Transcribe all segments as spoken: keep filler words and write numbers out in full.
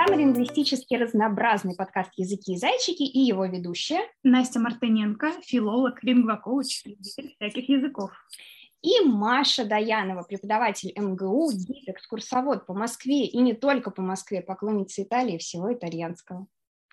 самый лингвистически разнообразный подкаст «Языки и зайчики» и его ведущая Настя Мартыненко, филолог, лингвокоуч, любитель всяких языков. И Маша Даянова, преподаватель эм гэ у, гид, экскурсовод по Москве и не только по Москве, поклонница Италии и всего итальянского.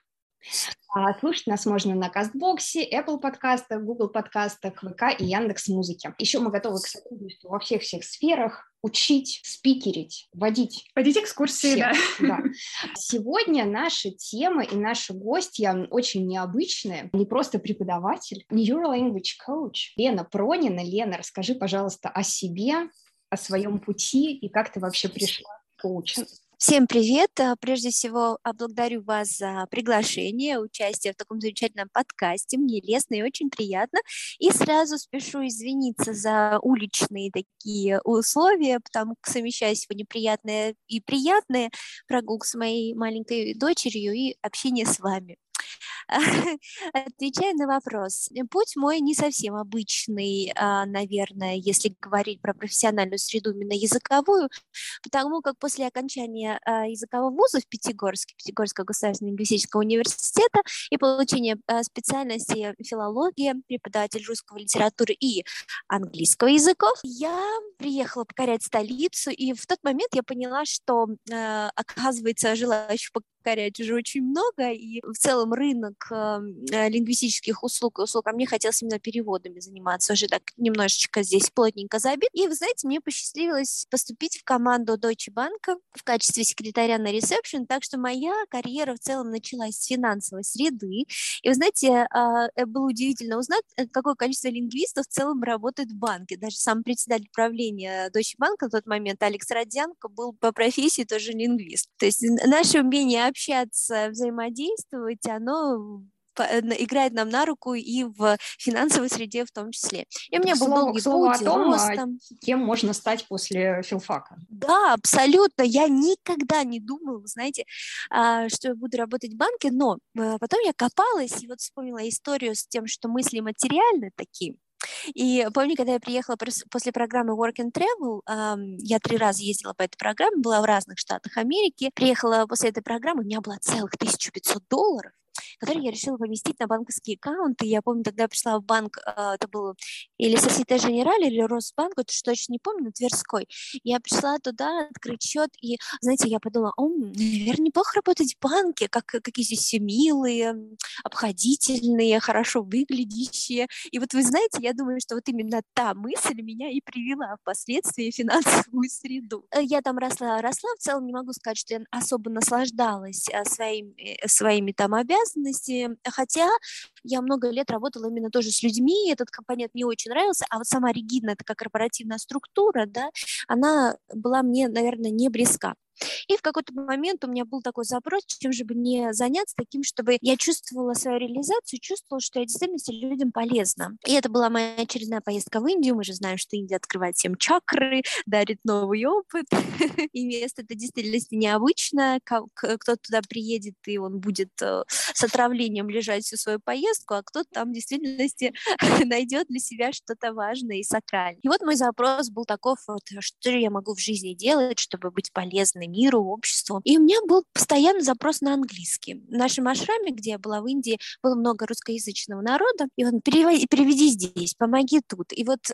А слушать нас можно на Кастбоксе, Apple подкастах, Google подкастах, вэ ка и Яндекс.Музыке. Еще мы готовы к сотрудничеству во всех-всех сферах, учить, спикерить, водить. Водить экскурсии, всех, да. да. Сегодня наша тема и наши гостья очень необычные. Не просто преподаватель, Neuro Language Coach Лена Пронина. Лена, расскажи, пожалуйста, о себе, о своем пути и как ты вообще пришла к коучингу. Всем привет! Прежде всего, благодарю вас за приглашение, участие в таком замечательном подкасте. Мне лестно и очень приятно. И сразу спешу извиниться за уличные такие условия, потому что совмещаю сегодня приятное и приятное, прогулку с моей маленькой дочерью и общение с вами. Отвечая на вопрос, путь мой не совсем обычный, наверное, если говорить про профессиональную среду, именно языковую, потому как после окончания языкового вуза в Пятигорске, Пятигорского государственного лингвистического университета и получения специальности филология, преподаватель русского литературы и английского языков, я приехала покорять столицу, и в тот момент я поняла, что, оказывается, желающих покорять уже очень много, и в целом рынок э, лингвистических услуг и услуг, а мне хотелось именно переводами заниматься, уже так немножечко здесь плотненько забит. И, вы знаете, мне посчастливилось поступить в команду Deutsche Bank в качестве секретаря на ресепшн, так что моя карьера в целом началась с финансовой среды. И, вы знаете, э, было удивительно узнать, какое количество лингвистов в целом работает в банке. Даже сам председатель правления Deutsche Bank на тот момент, Алекс Родзянко, был по профессии тоже лингвист. То есть наше умение общаться, взаимодействовать, оно играет нам на руку и в финансовой среде в том числе. И у меня был слово, долгий слово путь о том, ростом. Кем можно стать после филфака. Да, абсолютно. Я никогда не думала, вы знаете, что я буду работать в банке, но потом я копалась и вот вспомнила историю с тем, что мысли материальны такие. И помню, когда я приехала после программы Work and Travel, я три раза ездила по этой программе, была в разных штатах Америки, приехала после этой программы, у меня было целых тысяча пятьсот долларов, которые я решила поместить на банковские аккаунты. Я помню, тогда я пришла в банк, это был или Société Générale, или Росбанк, это что точно не помню, Тверской. Я пришла туда открыть счет, и, знаете, я подумала, о, наверное, неплохо работать в банке, как, какие здесь все милые, обходительные, хорошо выглядящие. И вот вы знаете, я думаю, что вот именно та мысль меня и привела впоследствии в финансовую среду. Я там росла, росла, в целом не могу сказать, что я особо наслаждалась своими, своими там обязанностями, хотя я много лет работала именно тоже с людьми, этот компонент мне очень нравился, а вот сама ригидная такая корпоративная структура, да, она была мне, наверное, не близка. И в какой-то момент у меня был такой запрос, чем же бы не заняться таким, чтобы я чувствовала свою реализацию, чувствовала, что я действительно людям полезна. И это была моя очередная поездка в Индию. Мы же знаем, что Индия открывает всем чакры, дарит новый опыт. И место это действительно необычное. Кто-то туда приедет, и он будет с отравлением лежать всю свою поездку, а кто-то там в действительности найдет для себя что-то важное и сакральное. И вот мой запрос был таков, вот, что я могу в жизни делать, чтобы быть полезной миру, обществу. И у меня был постоянный запрос на английский. В нашем ашраме, где я была в Индии, было много русскоязычного народа. И он, переводи, переведи здесь, помоги тут. И вот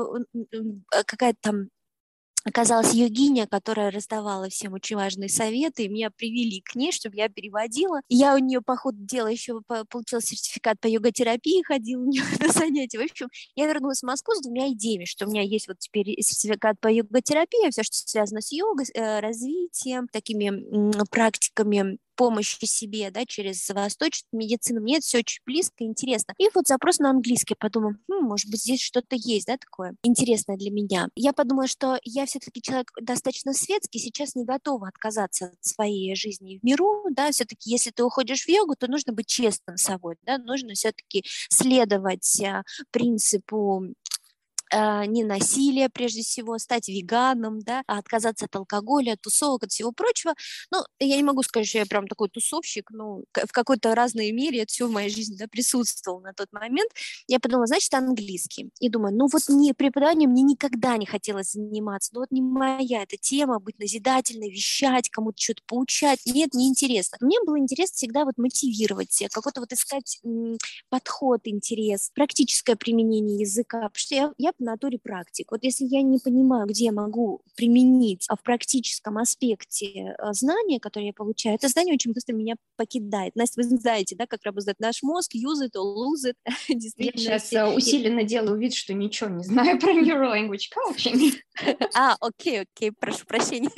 э, какая-то там оказалась йогиня, которая раздавала всем очень важные советы, и меня привели к ней, чтобы я переводила. И я у нее по ходу дела еще получила сертификат по йога-терапии, ходила у нее на занятия. В общем, я вернулась в Москву с двумя идеями, что у меня есть вот теперь сертификат по йога-терапии, все, что связано с йогой, развитием, такими практиками помощи себе, да, через восточную медицину. Мне это все очень близко и интересно. И вот запрос на английский. Подумала, хм, может быть, здесь что-то есть, да, такое интересное для меня. Я подумала, что я все-таки человек достаточно светский, сейчас не готова отказаться от своей жизни в миру, да, все-таки если ты уходишь в йогу, то нужно быть честным с собой, да, нужно все-таки следовать принципу э, не насилие, прежде всего, стать веганом, да, отказаться от алкоголя, от тусовок, от всего прочего. Ну, я не могу сказать, что я прям такой тусовщик, но в какой-то разной мере это все в моей жизни, да, присутствовало на тот момент. Я подумала, значит, английский. И думаю, ну вот не преподаванием мне никогда не хотелось заниматься, ну вот не моя эта тема, быть назидательной, вещать, кому-то что-то поучать. Нет, неинтересно. Мне было интересно всегда вот мотивировать всех, какой-то вот искать м, подход, интерес, практическое применение языка, потому что я, я по натуре практик. Вот если я не понимаю, где я могу применить а, в практическом аспекте а, знания, которые я получаю, это знание очень быстро меня покидает. Настя, вы знаете, да, как работает наш мозг, use it or lose it. Я сейчас Действительно. усиленно делаю вид, что ничего не знаю про Neuro Language Coaching. А, окей, окей, прошу прощения.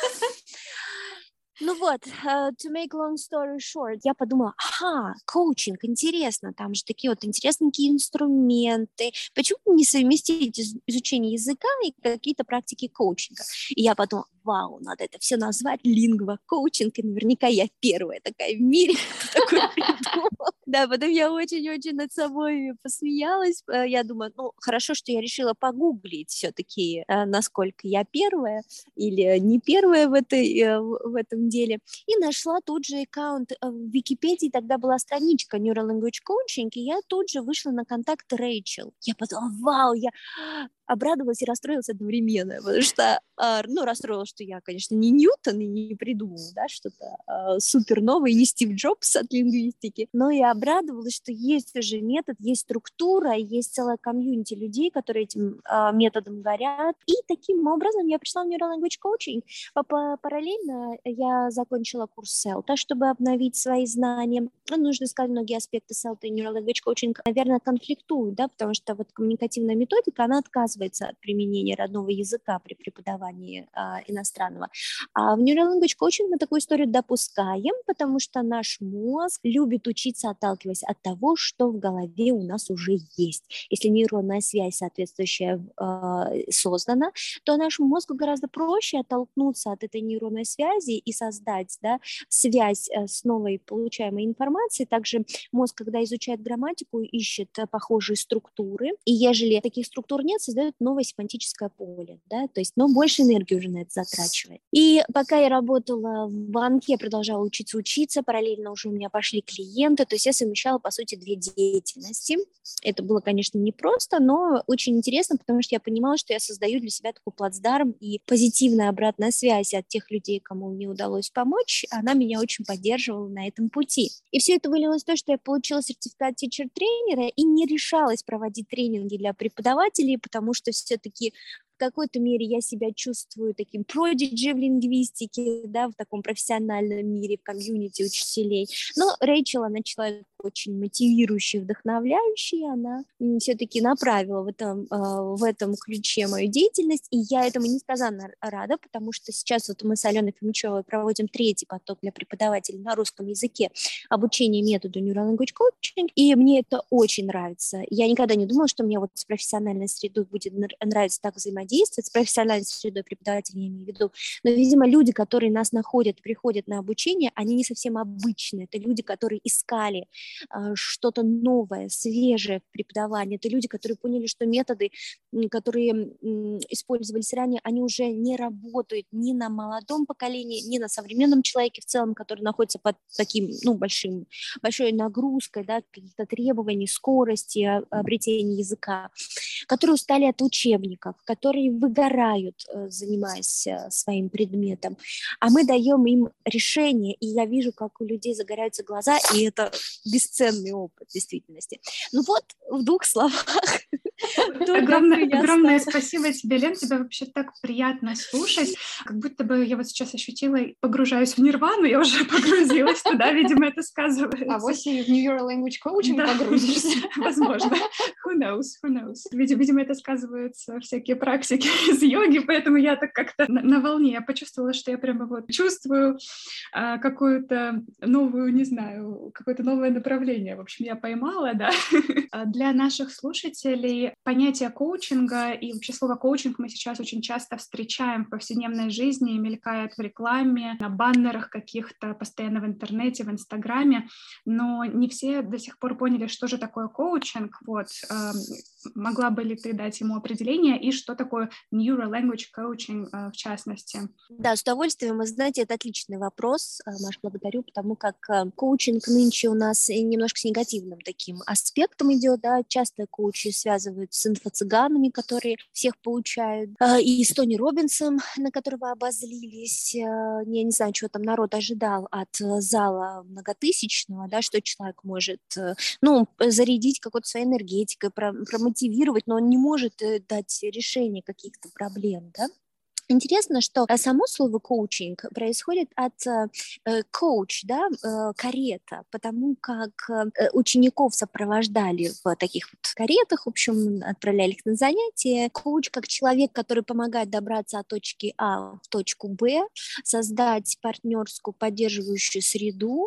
Ну вот, uh, to make long story short, я подумала, ага, коучинг, интересно, там же такие вот интересненькие инструменты, почему не совместить из- изучение языка и какие-то практики коучинга? И я подумала, вау, надо это все назвать лингво-коучинг, и наверняка я первая такая в мире, кто такой придумал. Да, потом я очень-очень над собой посмеялась, Э, я думаю, ну, хорошо, что я решила погуглить все-таки, э, насколько я первая, или не первая в, этой, э, в в этом деле. И нашла тут же аккаунт э, в Википедии, тогда была страничка Neuro Language Coaching, и я тут же вышла на контакт Рэйчел. Я подумала, вау, я обрадовалась и расстроилась одновременно, потому что, а, ну, расстроилась, что я, конечно, не Ньютон и не придумала, да, что-то а, супер новое, не Стив Джобс от лингвистики, но и обрадовалась, что есть уже метод, есть структура, есть целая комьюнити людей, которые этим а, методом горят, и таким образом я пришла в Neuro Language Coaching. По- Параллельно я закончила курс селта, чтобы обновить свои знания. Ну, нужно сказать, многие аспекты селта и Neuro Language Coaching, наверное, конфликтуют, да, потому что вот коммуникативная методика, она отказывается от применения родного языка при преподавании а, иностранного. А в Neuro Language Coaching мы такую историю допускаем, потому что наш мозг любит учиться, отталкиваясь от того, что в голове у нас уже есть. Если нейронная связь соответствующая э, создана, то нашему мозгу гораздо проще оттолкнуться от этой нейронной связи и создать, да, связь э, с новой получаемой информацией. Также мозг, когда изучает грамматику, ищет э, похожие структуры, и ежели таких структур нет, создает новое семантическое поле, да, то есть, но больше энергии уже на это затрачивает. И пока я работала в банке, я продолжала учиться учиться, параллельно уже у меня пошли клиенты, то есть я совмещала, по сути, две деятельности. Это было, конечно, непросто, но очень интересно, потому что я понимала, что я создаю для себя такой плацдарм, и позитивная обратная связь от тех людей, кому мне удалось помочь, она меня очень поддерживала на этом пути. И все это вылилось в то, что я получила сертификат тичер-тренера и не решалась проводить тренинги для преподавателей, потому что все-таки в какой-то мере я себя чувствую таким продиджи в лингвистике, да, в таком профессиональном мире, в комьюнити учителей. Но Рэйчел, она человек очень мотивирующий, вдохновляющий, она все-таки направила в этом, в этом ключе мою деятельность, и я этому несказанно рада, потому что сейчас вот мы с Аленой Фомичевой проводим третий поток для преподавателей на русском языке обучение методу Neuro Language Coaching, и мне это очень нравится. Я никогда не думала, что мне вот с профессиональной средой будет нравиться так взаимодействовать, с профессиональной средой преподавателей, я имею в виду, но, видимо, люди, которые нас находят, приходят на обучение, они не совсем обычные, это люди, которые искали что-то новое, свежее в преподавании. Это люди, которые поняли, что методы, которые использовались ранее, они уже не работают ни на молодом поколении, ни на современном человеке в целом, который находится под таким, ну, большим, большой нагрузкой, да, каких-то требований, скорости обретения языка, которые устали от учебников, которые выгорают, занимаясь своим предметом. А мы даем им решение, и я вижу, как у людей загораются глаза, и это бесценный опыт в действительности. Ну вот, в двух словах. Огромное, огромное спасибо тебе, Лен, тебя вообще так приятно слушать, как будто бы я вот сейчас ощутила, погружаюсь в нирвану, я уже погрузилась туда, видимо, это сказывается. А вот и в Neuro Language Coaching да. погрузишься. Возможно. Who knows, who knows. Видимо, видимо, это сказываются всякие практики из йоги, поэтому я так как-то на, на волне, я почувствовала, что я прямо вот чувствую а, какую-то новую, не знаю, какое-то новое направление, в общем, я поймала, да. Для наших слушателей понятие коучинга и вообще слово коучинг мы сейчас очень часто встречаем в повседневной жизни, мелькает в рекламе, на баннерах каких-то, постоянно в интернете, в Инстаграме, но не все до сих пор поняли, что же такое коучинг. Вот. могла бы ли ты дать ему определение, и что такое Neuro Language Coaching в частности? Да, с удовольствием. Вы знаете, это отличный вопрос, Маш, благодарю, потому как коучинг нынче у нас немножко с негативным таким аспектом идет, да, часто коучи связывают с инфо-цыганами, которые всех получают, и с Тони Роббинсом, на которого обозлились. Я не знаю, чего там народ ожидал от зала многотысячного, да, что человек может, ну, зарядить какой-то своей энергетикой, промотивировать, но он не может дать решение каких-то проблем, да. Интересно, что само слово коучинг происходит от коуч, да, карета, потому как учеников сопровождали в таких вот каретах, в общем, отправляли их на занятия. Коуч как человек, который помогает добраться от точки А в точку Б, создать партнерскую поддерживающую среду,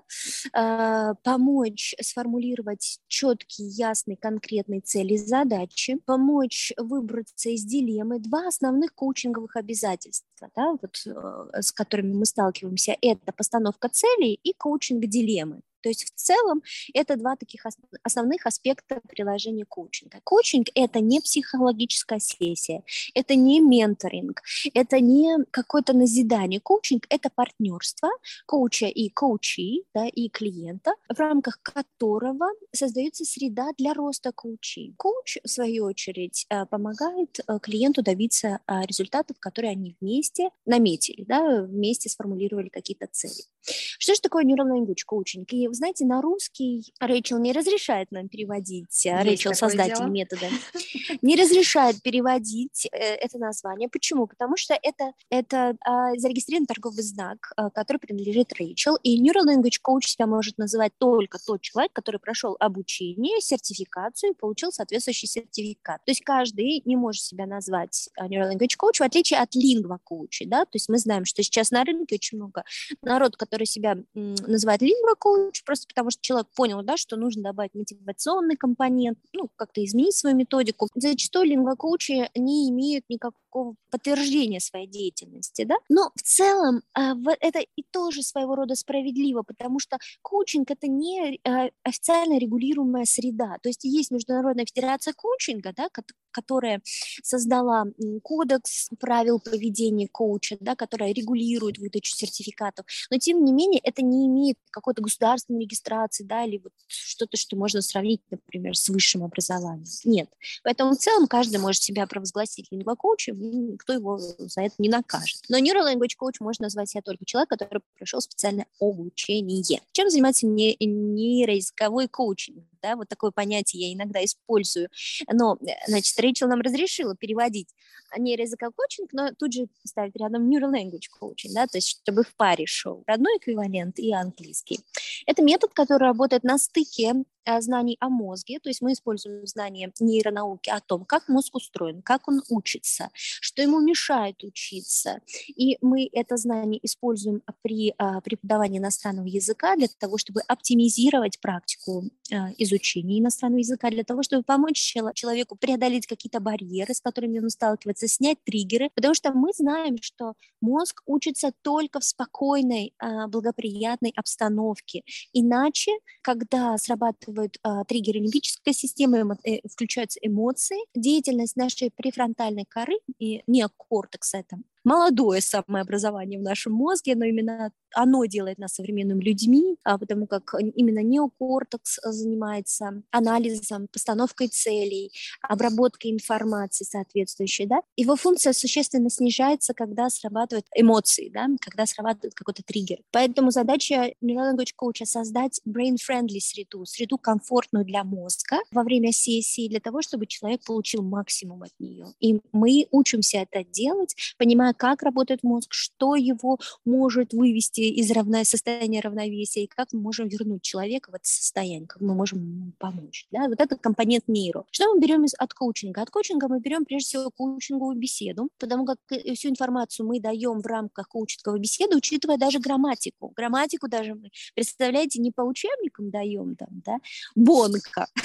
да, помочь сформулировать четкие, ясные, конкретные цели и задачи, помочь выбраться из дилеммы. Два основных коучинговых обязательства, да, вот, с которыми мы сталкиваемся, это постановка целей и коучинг дилеммы. То есть в целом это два таких основных аспекта приложения коучинга. Коучинг – это не психологическая сессия, это не менторинг, это не какое-то назидание. Коучинг – это партнерство коуча и коучи, да, и клиента, в рамках которого создается среда для роста коучей. Коуч, в свою очередь, помогает клиенту добиться результатов, которые они вместе наметили, да, вместе сформулировали какие-то цели. Что же такое Neural Language Coaching? И вы знаете, на русский Рэйчел не разрешает нам переводить, Рэйчел, создатель дело. метода, не разрешает переводить это название. Почему? Потому что это, это а, зарегистрированный торговый знак, а, который принадлежит Рэйчел, и Neural Language Coach себя может называть только тот человек, который прошел обучение, сертификацию и получил соответствующий сертификат. То есть каждый не может себя назвать Neural Language Coach, в отличие от Lingua Coach, да? То есть мы знаем, что сейчас на рынке очень много народ, который себя м, называет Lingua Coach, просто потому что человек понял, да, что нужно добавить мотивационный компонент, ну, как-то изменить свою методику. Зачастую Lingua Coach не имеют никакого подтверждения своей деятельности, да, но в целом э, это и тоже своего рода справедливо, потому что коучинг – это не э, официально регулируемая среда, то есть есть Международная федерация коучинга, да, которая создала кодекс правил поведения коуча, да, которая регулирует выдачу сертификатов, но тем не менее это не имеет какой-то государственной регистрации, да, или вот что-то, что можно сравнить, например, с высшим образованием. Нет. Поэтому в целом каждый может себя провозгласить лингвокоучем, и никто его за это не накажет. Но Neural Language Coach можно назвать себя только человек, который прошел специальное обучение. Чем занимается нейроязыковой коучинг? Да, вот такое понятие я иногда использую. Но, значит, Рэйчел нам разрешила переводить нейроязыковой коучинг, но тут же ставить рядом Neural Language Coaching, да, то есть чтобы в паре шел родной эквивалент и английский. Это метод, который работает на стыке знаний о мозге, то есть мы используем знания нейронауки о том, как мозг устроен, как он учится, что ему мешает учиться. И мы это знание используем при а, преподавании иностранного языка для того, чтобы оптимизировать практику а, изучения иностранного языка, для того, чтобы помочь человеку преодолеть какие-то барьеры, с которыми он сталкивается, снять триггеры, потому что мы знаем, что мозг учится только в спокойной, а, благоприятной обстановке. Иначе, когда срабатывает а, триггеры лимбической системы, эмо, э, включаются эмоции, деятельность нашей префронтальной коры и неокортекса, это молодое самообразование в нашем мозге, но именно оно делает нас современными людьми, а потому как именно неокортекс занимается анализом, постановкой целей, обработкой информации соответствующей, да. Его функция существенно снижается, когда срабатывают эмоции, да, когда срабатывает какой-то триггер. Поэтому задача Neural Language Coach — создать brain-friendly среду, среду комфортную для мозга во время сессии, для того, чтобы человек получил максимум от нее. И мы учимся это делать, понимая, как работает мозг, что его может вывести из равно... состояния равновесия, и как мы можем вернуть человека в это состояние, как мы можем ему помочь. Да? Вот это компонент нейро. Что мы берем из... от коучинга? От коучинга мы берем прежде всего коучинговую беседу, потому как всю информацию мы даем в рамках коучинговой беседы, учитывая даже грамматику. Грамматику даже мы, представляете, не по учебникам даем, там, да, Бонка,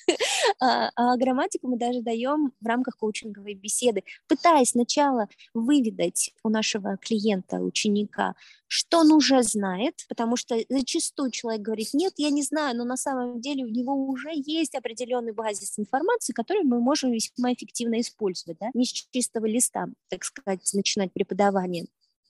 А, а грамматику мы даже даем в рамках коучинговой беседы, пытаясь сначала выведать у нашего клиента, ученика, что он уже знает, потому что зачастую человек говорит: нет, я не знаю, но на самом деле у него уже есть определенный базис информации, который мы можем весьма эффективно использовать, да? Не с чистого листа, так сказать, начинать преподавание.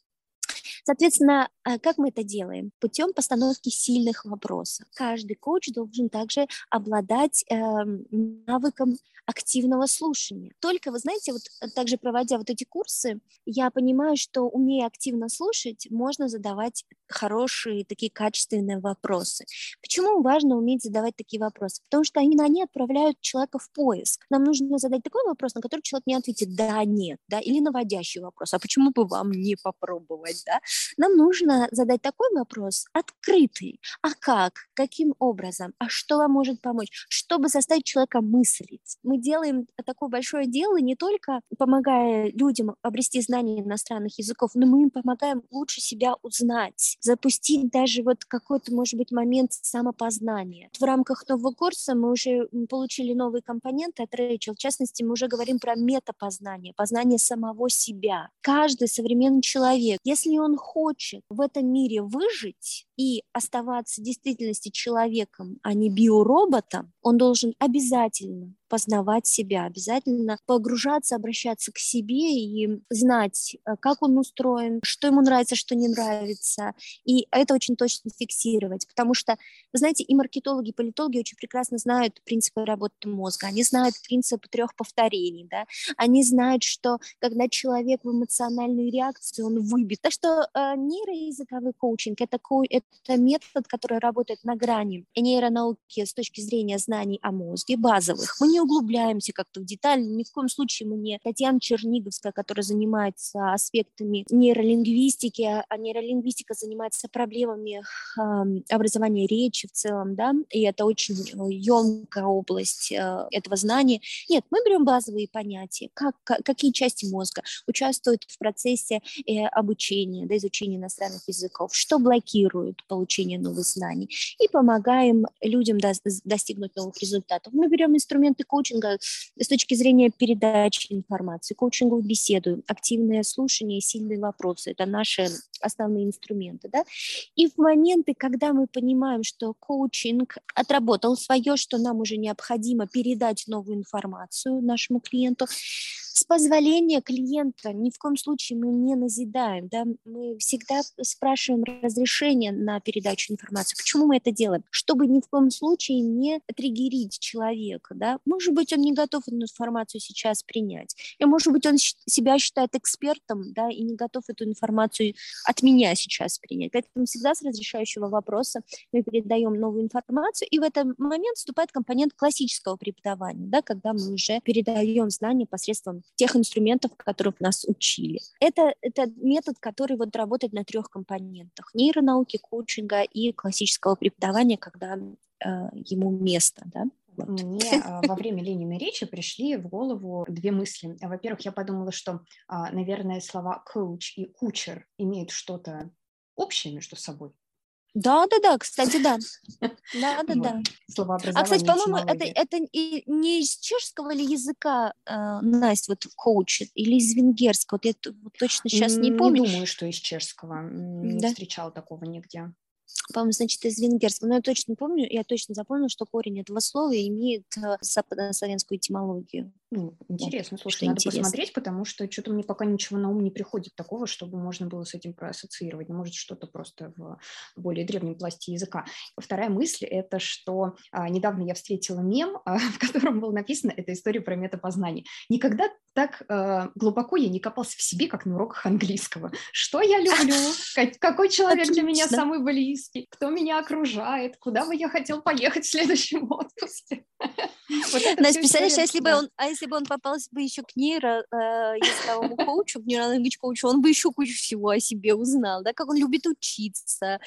Соответственно, как мы это делаем? Путем постановки сильных вопросов. Каждый коуч должен также обладать э, навыком активного слушания. Только, вы знаете, вот также проводя вот эти курсы, я понимаю, что, умея активно слушать, можно задавать хорошие, такие качественные вопросы. Почему важно уметь задавать такие вопросы? Потому что именно они отправляют человека в поиск. Нам нужно задать такой вопрос, на который человек не ответит «да», «нет», да, или наводящий вопрос: а почему бы вам не попробовать, да? Нам нужно задать такой вопрос открытый: а как, каким образом, а что вам может помочь, чтобы заставить человека мыслить. Мы делаем такое большое дело, не только помогая людям обрести знания иностранных языков, но мы им помогаем лучше себя узнать, запустить даже вот какой-то, может быть, момент самопознания. В рамках нового курса мы уже получили новые компоненты от Рэйчел. В частности, мы уже говорим про метапознание, познание самого себя. Каждый современный человек, если он хочет в этом мире выжить и оставаться в действительности человеком, а не биороботом, он должен обязательно познавать себя, обязательно погружаться, обращаться к себе и знать, как он устроен, что ему нравится, что не нравится, и это очень точно фиксировать, потому что, вы знаете, и маркетологи, и политологи очень прекрасно знают принципы работы мозга, они знают принцип трех повторений, да? Они знают, что когда человек в эмоциональной реакции, он выбит. Так что э, нейроязыковой коучинг это, ко- это метод, который работает на грани нейронауки с точки зрения знаний о мозге, базовых. Мы не углубляемся как-то в детали, ни в коем случае мы не Татьяна Черниговская, которая занимается аспектами нейролингвистики, а нейролингвистика занимается проблемами э, образования речи в целом, да, и это очень емкая область э, этого знания. Нет, мы берем базовые понятия, как, как, какие части мозга участвуют в процессе э, обучения, да, изучения иностранных языков, что блокирует получение новых знаний, и помогаем людям до, достигнуть новых результатов. Мы берем инструменты коучинга с точки зрения передачи информации, коучинговую беседу, активное слушание и сильные вопросы. Это наши основные инструменты. Да? И в моменты, когда мы понимаем, что коучинг отработал свое, что нам уже необходимо передать новую информацию нашему клиенту, с позволения клиента ни в коем случае мы не назидаем, да? Мы всегда спрашиваем разрешение на передачу информации. Почему мы это делаем? Чтобы ни в коем случае не триггерить человека. Да? Может быть, он не готов эту информацию сейчас принять. И, может быть, он себя считает экспертом, да, и не готов эту информацию от меня сейчас принять. Поэтому всегда с разрешающего вопроса мы передаем новую информацию, и в этот момент вступает компонент классического преподавания, да, когда мы уже передаем знания посредством тех инструментов, которых нас учили. Это, это метод, который вот работает на трех компонентах: нейронауки, коучинга и классического преподавания, когда э, ему место, да. Вот. Мне во время Лениной речи пришли в голову две мысли. Во-первых, я подумала, что, наверное, слова «коуч» и «кучер» имеют что-то общее между собой. Да, да, да, кстати, да. Да, да, да. Словообразование, а, кстати, по-моему, это, этимология. это и не из чешского ли языка, э, Настя, вот коуч, или из венгерского? Вот я т- вот точно сейчас не помню. Не думаю, что из чешского. Не Да. встречала такого нигде. По-моему, значит, из венгерского. Но я точно помню, я точно запомнила, что корень этого слова имеет э, западнославянскую этимологию. Ну, интересно, Вот, слушай, что надо интересно. посмотреть, потому что что-то мне пока ничего на ум не приходит такого, чтобы можно было с этим проассоциировать. Ну, может, что-то просто в более древнем пласте языка. Вторая мысль – это что а, недавно я встретила мем, а, в котором было написано, это история про метапознание. Никогда так а, глубоко я не копался в себе, как на уроках английского. Что я люблю? Какой человек для меня самый близкий? Кто меня окружает? Куда бы я хотел поехать в следующем отпуске? Вот Настя, представляешь, а если бы он, а если бы он попался бы еще к нейро э, языковому коучу, к нейролингвистическому коучу, он бы еще кучу всего о себе узнал, да, как он любит учиться,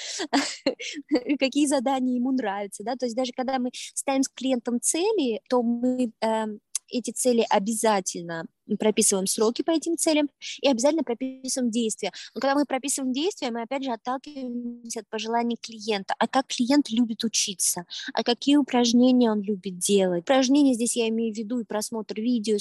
какие задания ему нравятся, да, то есть даже когда мы ставим с клиентом цели, то мы э, эти цели обязательно прописываем сроки по этим целям и обязательно прописываем действия. Но когда мы прописываем действия, мы опять же отталкиваемся от пожеланий клиента. А как клиент любит учиться? А какие упражнения он любит делать? Упражнения здесь я имею в виду и просмотр видео,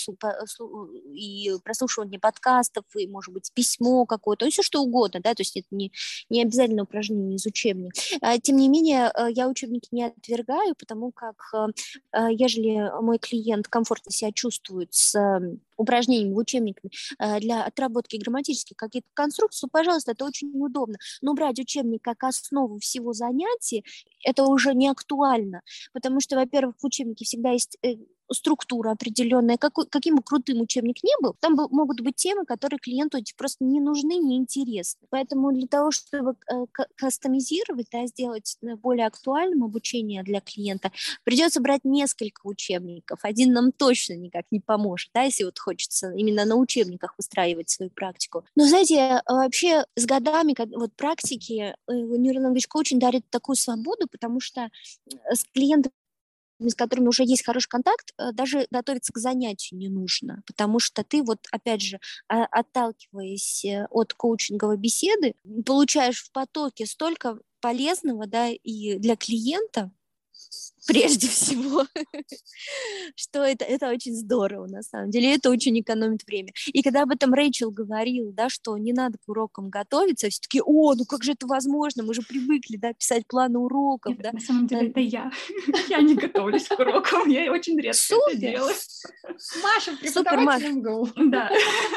и прослушивание подкастов, и, может быть, письмо какое-то, и все что угодно, да, то есть это не, не обязательно упражнение из учебника. Тем не менее, я учебники не отвергаю, потому как ежели мой клиент комфортно себя чувствует с упражнениями в учебниках для отработки грамматических каких-то конструкций, пожалуйста, это очень удобно. Но брать учебник как основу всего занятия, это уже не актуально, потому что, во-первых, в учебнике всегда есть структура определенная, какой, каким бы крутым учебник ни был, там могут быть темы, которые клиенту просто не нужны, не интересны. Поэтому для того, чтобы кастомизировать, да, сделать более актуальным обучение для клиента, придется брать несколько учебников. Один нам точно никак не поможет, да, если вот хочется именно на учебниках выстраивать свою практику. Но, знаете, вообще с годами вот практики Neural Language Coaching дарит такую свободу, потому что с клиентом, с которыми уже есть хороший контакт, даже готовиться к занятию не нужно, потому что ты вот, опять же, отталкиваясь от коучинговой беседы, получаешь в потоке столько полезного, да, и для клиента, прежде всего, что это, это очень здорово, на самом деле, это очень экономит время. И когда об этом Рэйчел говорила, да, что не надо к урокам готовиться, все таки о, ну как же это возможно, мы же привыкли, да, писать планы уроков, Нет, да. на самом деле это я. Я не готовлюсь к урокам, я очень редко Супер. это делаю. Маша, преподаватель эм гэ у. Да.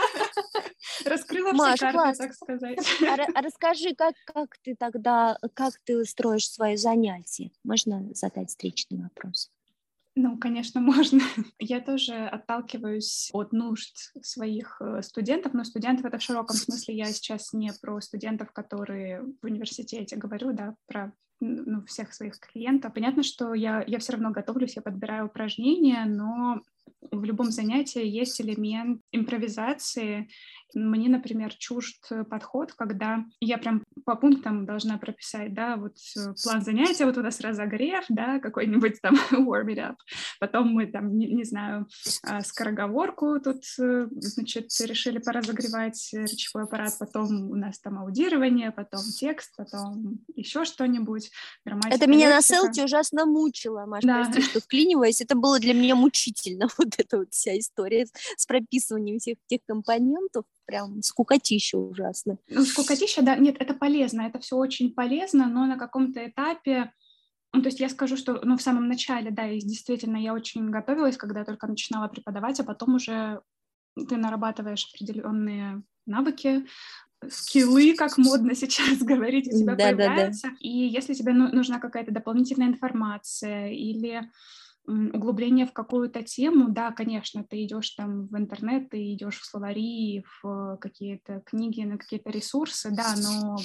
Раскрыла Маш, все карты, класс. так сказать. А, а расскажи, как, как ты тогда, как ты строишь свои занятия? Можно задать встречный вопрос? Ну, конечно, можно. Я тоже отталкиваюсь от нужд своих студентов, но студентов это в широком смысле. Я сейчас не про студентов, которые в университете говорю, да, про ну, всех своих клиентов. Понятно, что я, я все равно готовлюсь, я подбираю упражнения, но в любом занятии есть элемент импровизации. Мне, например, чужд подход, когда я прям по пунктам должна прописать, да, вот план занятия, вот у нас разогрев, да, какой-нибудь там warm it up, потом мы там, не, не знаю, скороговорку тут, значит, решили поразогревать речевой аппарат, потом у нас там аудирование, потом текст, потом еще что-нибудь, грамматика, это меня лексика. на селте ужасно мучило, Маш, да. прости, что вклиниваюсь, это было для меня мучительно, вот эта вот вся история с прописыванием всех этих компонентов, прям скукотища ужасно. Ну, скукотища, да, нет, это полезно, это все очень полезно, но на каком-то этапе, ну, то есть я скажу, что, ну, в самом начале, да, и действительно я очень готовилась, когда я только начинала преподавать, а потом уже ты нарабатываешь определенные навыки, скиллы, как модно сейчас говорить, у тебя да, появляются, да, да. И если тебе нужна какая-то дополнительная информация или углубление в какую-то тему, да, конечно, ты идешь там в интернет, ты идешь в словари, в какие-то книги, на какие-то ресурсы, да, но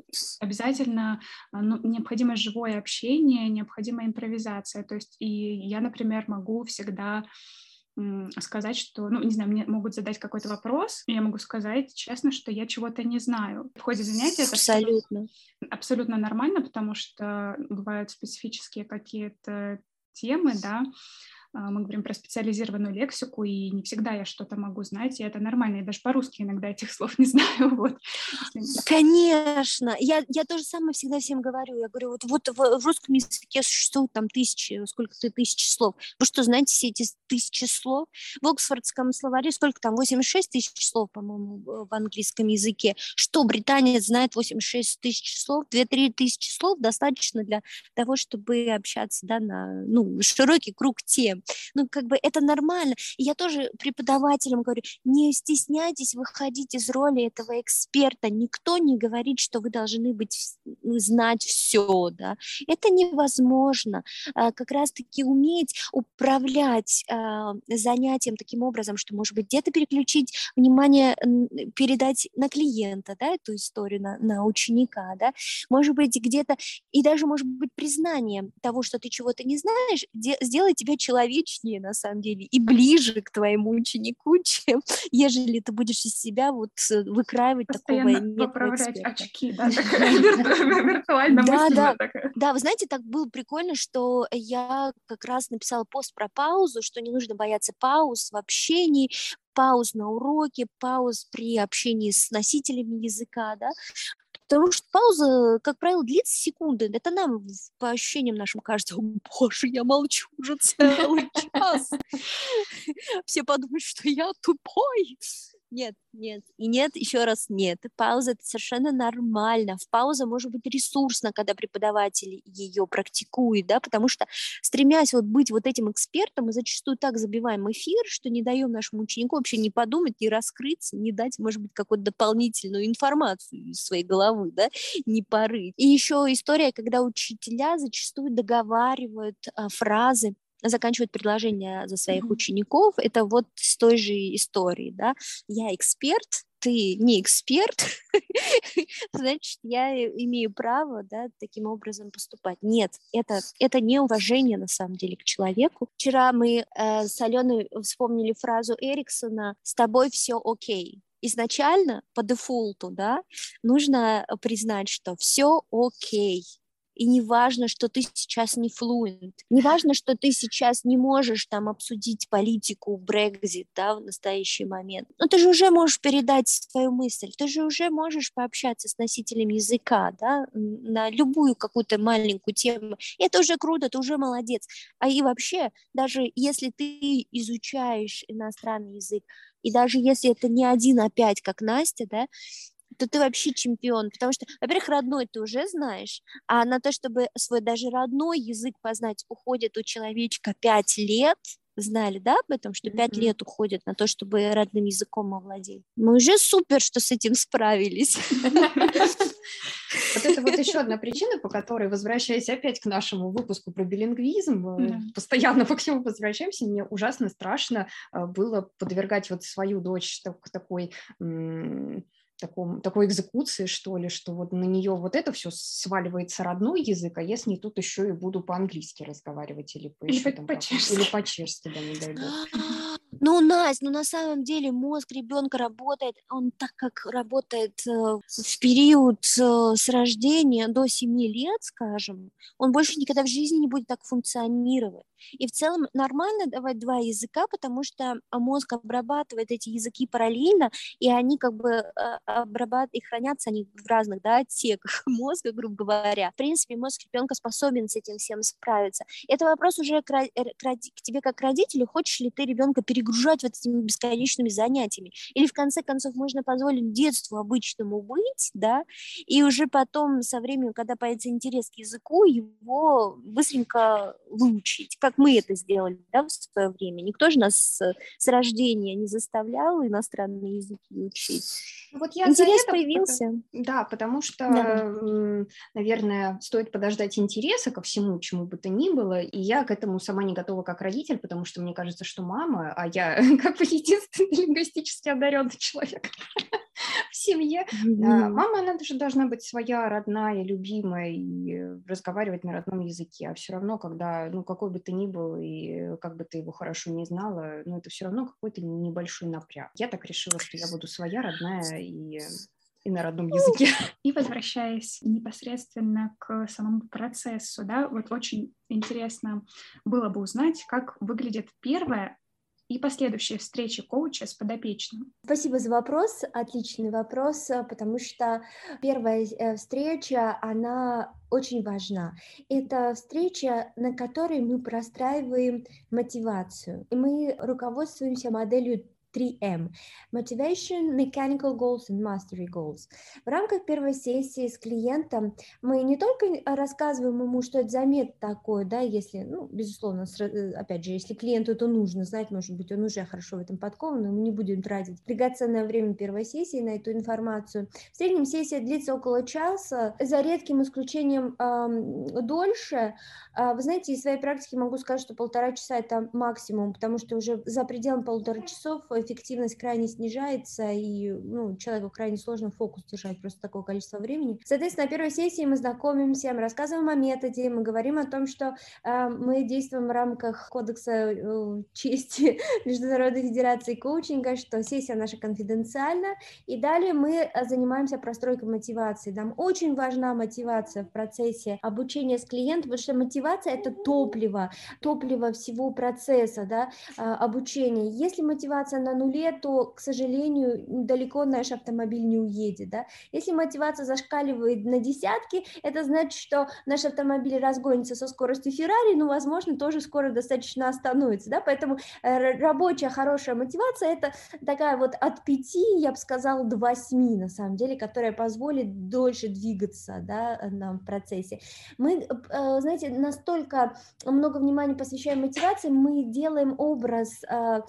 обязательно ну, необходимо живое общение, необходима импровизация, то есть и я, например, могу всегда сказать, что, ну, не знаю, мне могут задать какой-то вопрос, и я могу сказать честно, что я чего-то не знаю. В ходе занятия это абсолютно. абсолютно нормально, потому что бывают специфические какие-то темы, да, мы говорим про специализированную лексику, и не всегда я что-то могу знать, и это нормально, я даже по-русски иногда этих слов не знаю, вот. Конечно, я, я то же самое всегда всем говорю, я говорю, вот, вот в, в русском языке существует там тысячи, сколько-то тысяч слов, вы что, знаете все эти тысячи слов? В Оксфордском словаре сколько там, восемьдесят шесть тысяч слов, по-моему, в английском языке, что британец знает восемьдесят шесть тысяч слов, две-три тысячи слов достаточно для того, чтобы общаться, да, на, ну, широкий круг тем. Ну, как бы это нормально. И я тоже преподавателям говорю, не стесняйтесь выходить из роли этого эксперта. Никто не говорит, что вы должны быть, знать все, да. Это невозможно. Как раз-таки уметь управлять занятием таким образом, что, может быть, где-то переключить внимание, передать на клиента, да, эту историю, на, на ученика, да. Может быть, где-то, и даже, может быть, признание того, что ты чего-то не знаешь, де- сделать тебя человеком, человечнее, на самом деле, и ближе к твоему ученику, чем ежели ты будешь из себя вот выкраивать постоянно такого некого поправлять эксперта. очки, да, такая виртуально Да, мысленно да, такая. да, вы знаете, так было прикольно, что я как раз написала пост про паузу, что не нужно бояться пауз в общении, пауз на уроке, пауз при общении с носителями языка, да, потому что пауза, как правило, длится секунды. Это нам по ощущениям нашим кажется: о, боже, я молчу уже целый час. Все подумают, что я тупой. Нет, нет, и нет, еще раз нет. Пауза — это совершенно нормально. В паузе может быть ресурсно, когда преподаватель ее практикует, да, потому что, стремясь вот быть вот этим экспертом, мы зачастую так забиваем эфир, что не даем нашему ученику вообще не подумать, не раскрыться, не дать, может быть, какую-то дополнительную информацию из своей головы, да, не порыть. И еще история, когда учителя зачастую договаривают а, фразы, заканчивать предложения за своих Мгм. учеников, это вот с той же истории, да, я эксперт, ты не эксперт, значит, я имею право, да, таким образом поступать. Нет, это, это не уважение, на самом деле, к человеку. Вчера мы э, с Аленой вспомнили фразу Эриксона «с тобой все окей». Изначально, по дефолту, да, нужно признать, что все окей. И не важно, что ты сейчас не флуент, не важно, что ты сейчас не можешь там обсудить политику, Брексит, да, в настоящий момент. Но ты же уже можешь передать свою мысль, ты же уже можешь пообщаться с носителем языка, да, на любую какую-то маленькую тему. И это уже круто, ты уже молодец. А и вообще, даже если ты изучаешь иностранный язык, и даже если это не один опять, как Настя, да, то ты вообще чемпион, потому что, во-первых, родной ты уже знаешь, а на то, чтобы свой даже родной язык познать, уходит у человечка пять лет. Знали, да, об этом, что пять Мгм. лет уходит на то, чтобы родным языком овладеть. Мы уже супер, что с этим справились. Вот это вот еще одна причина, по которой, возвращаясь опять к нашему выпуску про билингвизм, э, Да. постоянно к нему возвращаемся, мне ужасно страшно э, было подвергать вот свою дочь так- такой, м, таком- такой экзекуции, что ли, что вот на нее вот это все сваливается родной язык, а я с ней тут еще и буду по-английски разговаривать или по Или еще по- там как- или по-чешски. по-чешски, да, не дай бог. Ну, Настя, ну на самом деле мозг ребенка работает, он так как работает э, в период э, с рождения до семи лет, скажем, он больше никогда в жизни не будет так функционировать. И в целом нормально давать два языка, потому что а, мозг обрабатывает эти языки параллельно, и они как бы э, обрабатывают, и хранятся они в разных, да, отсеках мозга, грубо говоря. В принципе, мозг ребенка способен с этим всем справиться. Это вопрос уже к, ро- к роди- к тебе как родителю, хочешь ли ты ребенка перегружать вот этими бесконечными занятиями, или в конце концов можно позволить детству обычному быть, да, и уже потом со временем, когда появится интерес к языку, его быстренько выучить, как мы это сделали, да, в свое время. Никто же нас с, с рождения не заставлял иностранные языки учить. Ну, вот я за Интерес это, пото- появился. да, потому что, Да-да. м, наверное, стоит подождать интереса ко всему, чему бы то ни было, и я к этому сама не готова как родитель, потому что мне кажется, что мама, а я как бы единственный лингвистически одаренный человек в семье, а, Мгм. мама, она даже должна быть своя, родная, любимая и э, разговаривать на родном языке, а все равно, когда, ну, какой бы ты ни был и как бы ты его хорошо не знала, ну, это все равно какой-то небольшой напряг. Я так решила, что я буду своя, родная и, и на родном языке. И возвращаясь непосредственно к самому процессу, да, вот очень интересно было бы узнать, как выглядит первая и последующие встречи коуча с подопечным. Спасибо за вопрос, отличный вопрос, э, потому что первая э, встреча, она очень важна. Это встреча, на которой мы простраиваем мотивацию, и мы руководствуемся моделью три эм – Motivation, Mechanical Goals and Mastery Goals. В рамках первой сессии с клиентом мы не только рассказываем ему, что это за метод такой, да, если, ну, безусловно, опять же, если клиенту это нужно знать, может быть, он уже хорошо в этом подкован, но мы не будем тратить драгоценное время первой сессии на эту информацию. В среднем сессия длится около часа, за редким исключением э, дольше. Вы знаете, из своей практики могу сказать, что полтора часа – это максимум, потому что уже за пределами полутора часов эффективность крайне снижается, и ну, человеку крайне сложно фокус держать просто такое количество времени. Соответственно, на первой сессии мы знакомимся, мы рассказываем о методе, мы говорим о том, что э, мы действуем в рамках кодекса э, чести Международной Федерации коучинга, что сессия наша конфиденциальна, и далее мы занимаемся простройкой мотивации. Нам очень важна мотивация в процессе обучения с клиентом, потому что мотивация – это топливо, топливо всего процесса, да, обучения. Если мотивация на нуле, то, к сожалению, далеко наш автомобиль не уедет, да. Если мотивация зашкаливает на десятки, это значит, что наш автомобиль разгонится со скоростью Феррари, но, возможно, тоже скоро достаточно остановится, да, поэтому рабочая хорошая мотивация – это такая вот от пяти, я бы сказала, до восьми, на самом деле, которая позволит дольше двигаться, да, нам в процессе. Мы, знаете, настолько много внимания посвящаем мотивации, мы делаем образ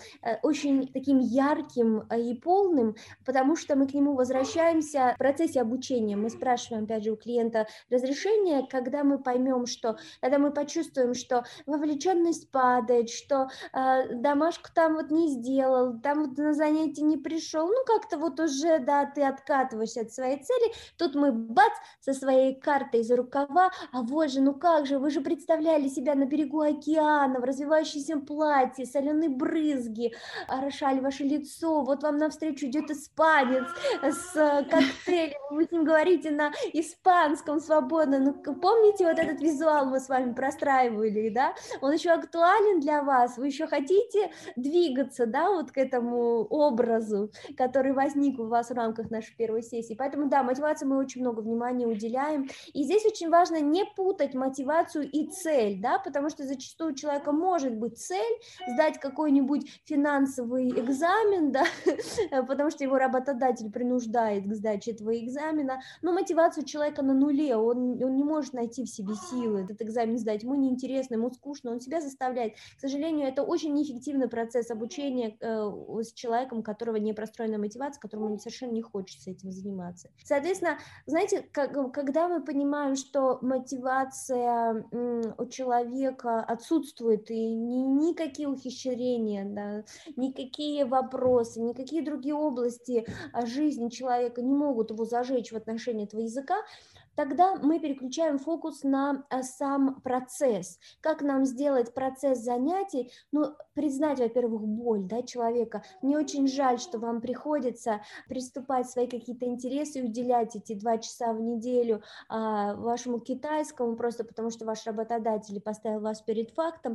очень таким ярким и полным, потому что мы к нему возвращаемся в процессе обучения. Мы спрашиваем, опять же, у клиента разрешение, когда мы поймем, что, когда мы почувствуем, что вовлеченность падает, что э, домашку там вот не сделал, там вот на занятие не пришел, ну как-то вот уже, да, ты откатываешься от своей цели, тут мы бац, со своей картой из рукава, а вот же, ну как же, вы же представляли себя на берегу океана, в развивающемся платье, соленые брызги, орошали ваше лицо, вот вам навстречу идет испанец с коктейлем, вы с ним говорите на испанском свободно, ну помните вот этот визуал мы с вами простраивали, да, он еще актуален для вас, вы еще хотите двигаться, да, вот к этому образу, который возник у вас в рамках нашей первой сессии, поэтому, да, мотивации мы очень много внимания уделяем, и здесь очень важно не путать мотивацию и цель, да, потому что зачастую у человека может быть цель сдать какой-нибудь финансовый экзамен, да, потому что его работодатель принуждает к сдаче этого экзамена, но мотивация у человека на нуле, он, он не может найти в себе силы этот экзамен сдать, ему неинтересно, ему скучно, он себя заставляет. К сожалению, это очень неэффективный процесс обучения э, с человеком, у которого не простроена мотивация, которому совершенно не хочется этим заниматься. Соответственно, знаете, как, когда мы понимаем, что мотивация м, у человека отсутствует, и ни, никакие ухищрения, да, никакие вопросы, никакие другие области жизни человека не могут его зажечь в отношении этого языка, тогда мы переключаем фокус на сам процесс. Как нам сделать процесс занятий? Ну, признать, во-первых, боль, да, человека. Мне очень жаль, что вам приходится приступать свои какие-то интересы и уделять эти два часа в неделю а, вашему китайскому, просто потому что ваш работодатель поставил вас перед фактом.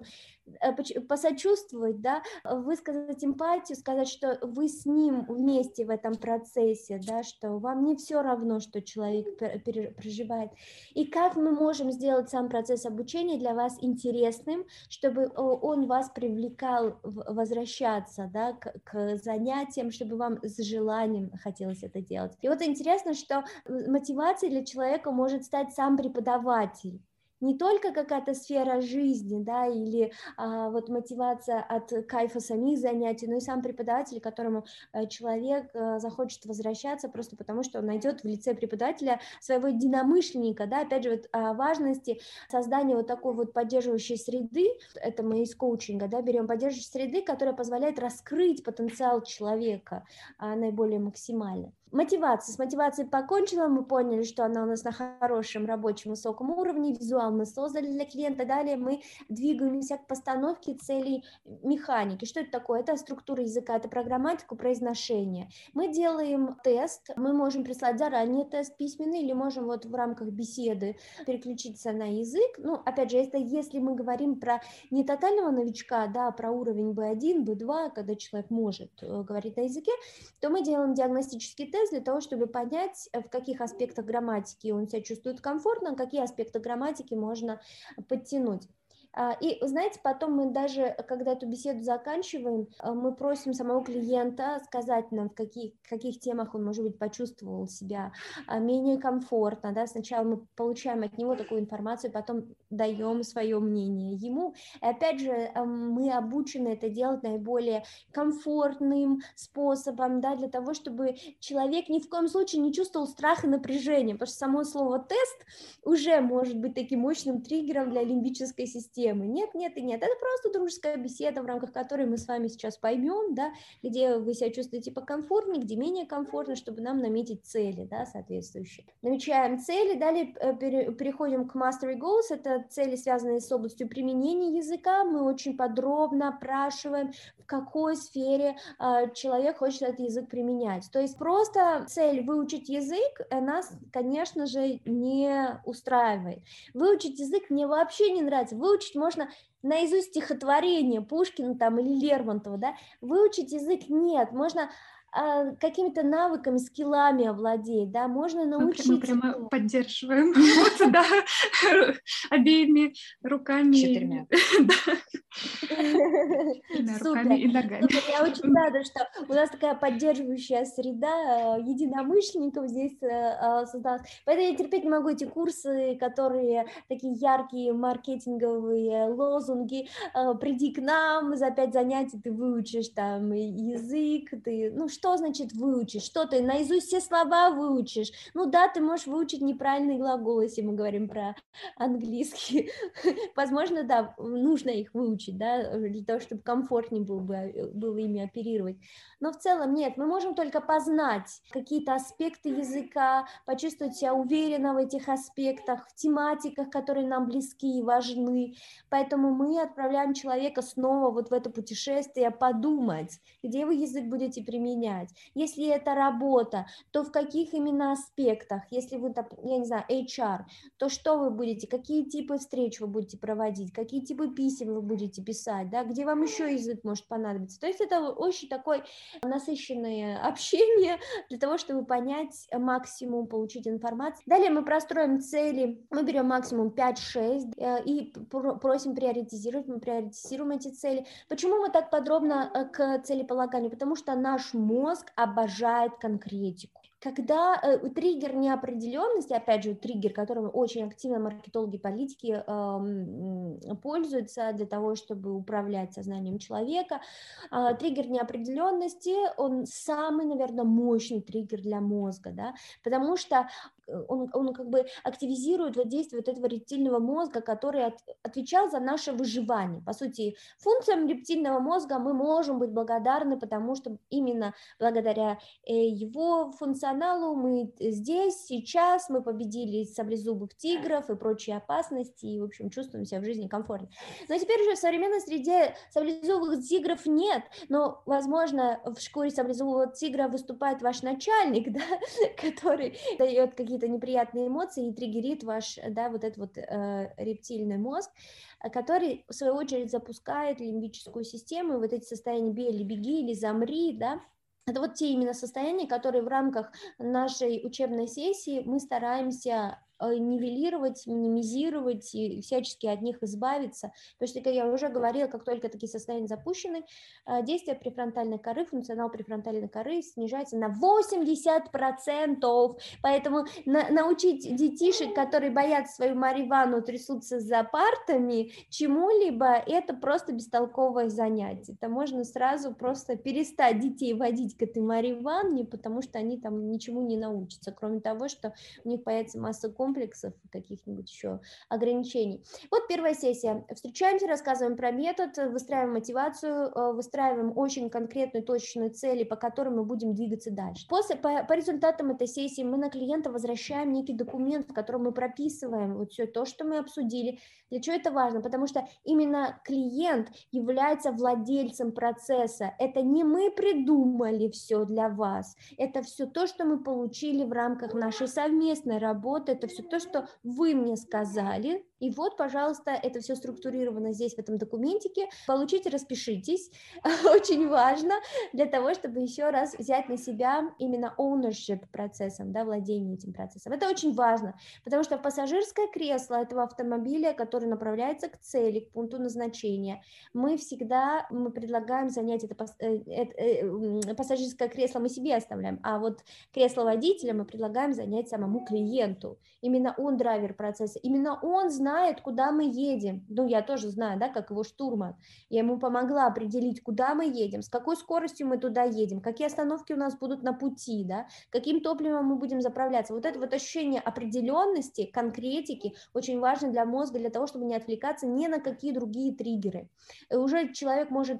Посочувствовать, да, высказать эмпатию, сказать, что вы с ним вместе в этом процессе, да, что вам не все равно, что человек проживает. И как мы можем сделать сам процесс обучения для вас интересным, чтобы он вас привлекал возвращаться, да, к, к занятиям, чтобы вам с желанием хотелось это делать. И вот интересно, что мотивацией для человека может стать сам преподаватель. Не только какая-то сфера жизни, да, или а, вот мотивация от кайфа самих занятий, но и сам преподаватель, к которому а, человек а, захочет возвращаться просто потому, что он найдет в лице преподавателя своего единомышленника, да, опять же, вот о важности создания вот такой вот поддерживающей среды, это мы из коучинга, да, берем поддерживающей среды, которая позволяет раскрыть потенциал человека а, наиболее максимально. Мотивация. С мотивацией покончила, мы поняли, что она у нас на хорошем рабочем высоком уровне, визуал мы создали для клиента, далее мы двигаемся к постановке целей механики. Что это такое? Это структура языка, это программатика произношения. Мы делаем тест, мы можем прислать заранее тест письменный или можем вот в рамках беседы переключиться на язык. Ну, опять же, это если мы говорим про не тотального новичка, да, про уровень би один, би два, когда человек может говорить на языке, то мы делаем диагностический тест для того, чтобы понять, в каких аспектах грамматики он себя чувствует комфортно, какие аспекты грамматики можно подтянуть. И, знаете, потом мы даже, когда эту беседу заканчиваем, мы просим самого клиента сказать нам, в каких, в каких темах он, может быть, почувствовал себя менее комфортно. Да? Сначала мы получаем от него такую информацию, потом даем свое мнение ему. И опять же, мы обучены это делать наиболее комфортным способом, да, для того, чтобы человек ни в коем случае не чувствовал страх и напряжение, потому что само слово «тест» уже может быть таким мощным триггером для лимбической системы. Нет, нет и нет. Это просто дружеская беседа, в рамках которой мы с вами сейчас поймем, да, где вы себя чувствуете покомфортнее, где менее комфортно, чтобы нам наметить цели, да, соответствующие. Намечаем цели, далее переходим к Mastery Goals, это цели, связанные с областью применения языка. Мы очень подробно опрашиваем, в какой сфере э, человек хочет этот язык применять. То есть просто цель выучить язык нас, конечно же, не устраивает. Выучить язык мне вообще не нравится. Выучить можно наизусть стихотворение Пушкина там, или Лермонтова, да? Выучить язык нет, можно а, какими-то навыками, скиллами овладеть, да, можно научиться. Мы прямо поддерживаем обеими руками. Четырьмя. Руками и ногами. Я очень рада, что у нас такая поддерживающая среда единомышленников здесь создалась. Поэтому я терпеть не могу эти курсы, которые такие яркие маркетинговые лозунги. Приди к нам, за пять занятий ты выучишь там язык, ты, ну что значит выучишь? Что ты наизусть все слова выучишь? Ну да, ты можешь выучить неправильный глагол, если мы говорим про английский. Возможно, да, нужно их выучить, да, для того, чтобы комфортнее было, бы, было ими оперировать. Но в целом нет, мы можем только познать какие-то аспекты языка, почувствовать себя уверенно в этих аспектах, в тематиках, которые нам близки и важны. Поэтому мы отправляем человека снова вот в это путешествие подумать, где вы язык будете применять. Если это работа, то в каких именно аспектах? Если вы, я не знаю, эйч ар, то что вы будете, какие типы встреч вы будете проводить, какие типы писем вы будете писать, да, где вам еще язык может понадобиться. То есть это очень такое насыщенное общение для того, чтобы понять максимум, получить информацию. Далее мы простроим цели, мы берем максимум пять-шесть и просим приоритизировать, мы приоритизируем эти цели. Почему мы так подробно к целеполаганию? Потому что наш мозг Мозг обожает конкретику. Когда э, триггер неопределенности, опять же, триггер, которым очень активно маркетологи, политики э, пользуются для того, чтобы управлять сознанием человека, э, триггер неопределенности, он самый, наверное, мощный триггер для мозга, да, потому что он, он как бы активизирует воздействие вот этого рептильного мозга, который от, отвечал за наше выживание. По сути, функциям рептильного мозга мы можем быть благодарны, потому что именно благодаря его функционалу мы здесь, сейчас, мы победили саблезубых тигров и прочие опасности, и, в общем, чувствуем себя в жизни комфортно. Но теперь уже в современной среде саблезубых тигров нет, но, возможно, в шкуре саблезубого тигра выступает ваш начальник, да, который дает какие-то неприятные эмоции и триггерит ваш, да, вот этот вот э, рептильный мозг, который, в свою очередь, запускает лимбическую систему, и вот эти состояния «бей или беги» или «замри», да, это вот те именно состояния, которые в рамках нашей учебной сессии мы стараемся нивелировать, минимизировать и всячески от них избавиться, потому что, как я уже говорила, как только такие состояния запущены, действие префронтальной коры, функционал префронтальной коры снижается на восемьдесят процентов, поэтому на, научить детишек, которые боятся свою Марью Ивановну, трясутся за партами, чему-либо, это просто бестолковое занятие, это можно сразу просто перестать детей водить к этой Марье Ивановне, потому что они там ничему не научатся, кроме того, что у них появится масса комплексов, каких-нибудь еще ограничений. Вот первая сессия. Встречаемся, рассказываем про метод, выстраиваем мотивацию, выстраиваем очень конкретную, точечную цели, по которым мы будем двигаться дальше. После, по, по результатам этой сессии мы на клиента возвращаем некий документ, в котором мы прописываем вот все то, что мы обсудили. Для чего это важно? Потому что именно клиент является владельцем процесса. Это не мы придумали все для вас, это все то, что мы получили в рамках нашей совместной работы, это все то, что вы мне сказали, и вот, пожалуйста, это все структурировано здесь, в этом документике, получите, распишитесь, очень важно для того, чтобы еще раз взять на себя именно ownership процессом, да, владение этим процессом, это очень важно, потому что пассажирское кресло этого автомобиля, который направляется к цели, к пункту назначения, мы всегда, мы предлагаем занять это, это пассажирское кресло мы себе оставляем, а вот кресло водителя мы предлагаем занять самому клиенту. Именно он драйвер процесса, именно он знает, знает, куда мы едем. Ну, я тоже знаю, да, как его штурман. Я ему помогла определить, куда мы едем, с какой скоростью мы туда едем, какие остановки у нас будут на пути, да, каким топливом мы будем заправляться. Вот это вот ощущение определенности, конкретики очень важно для мозга, для того, чтобы не отвлекаться ни на какие другие триггеры. И уже человек может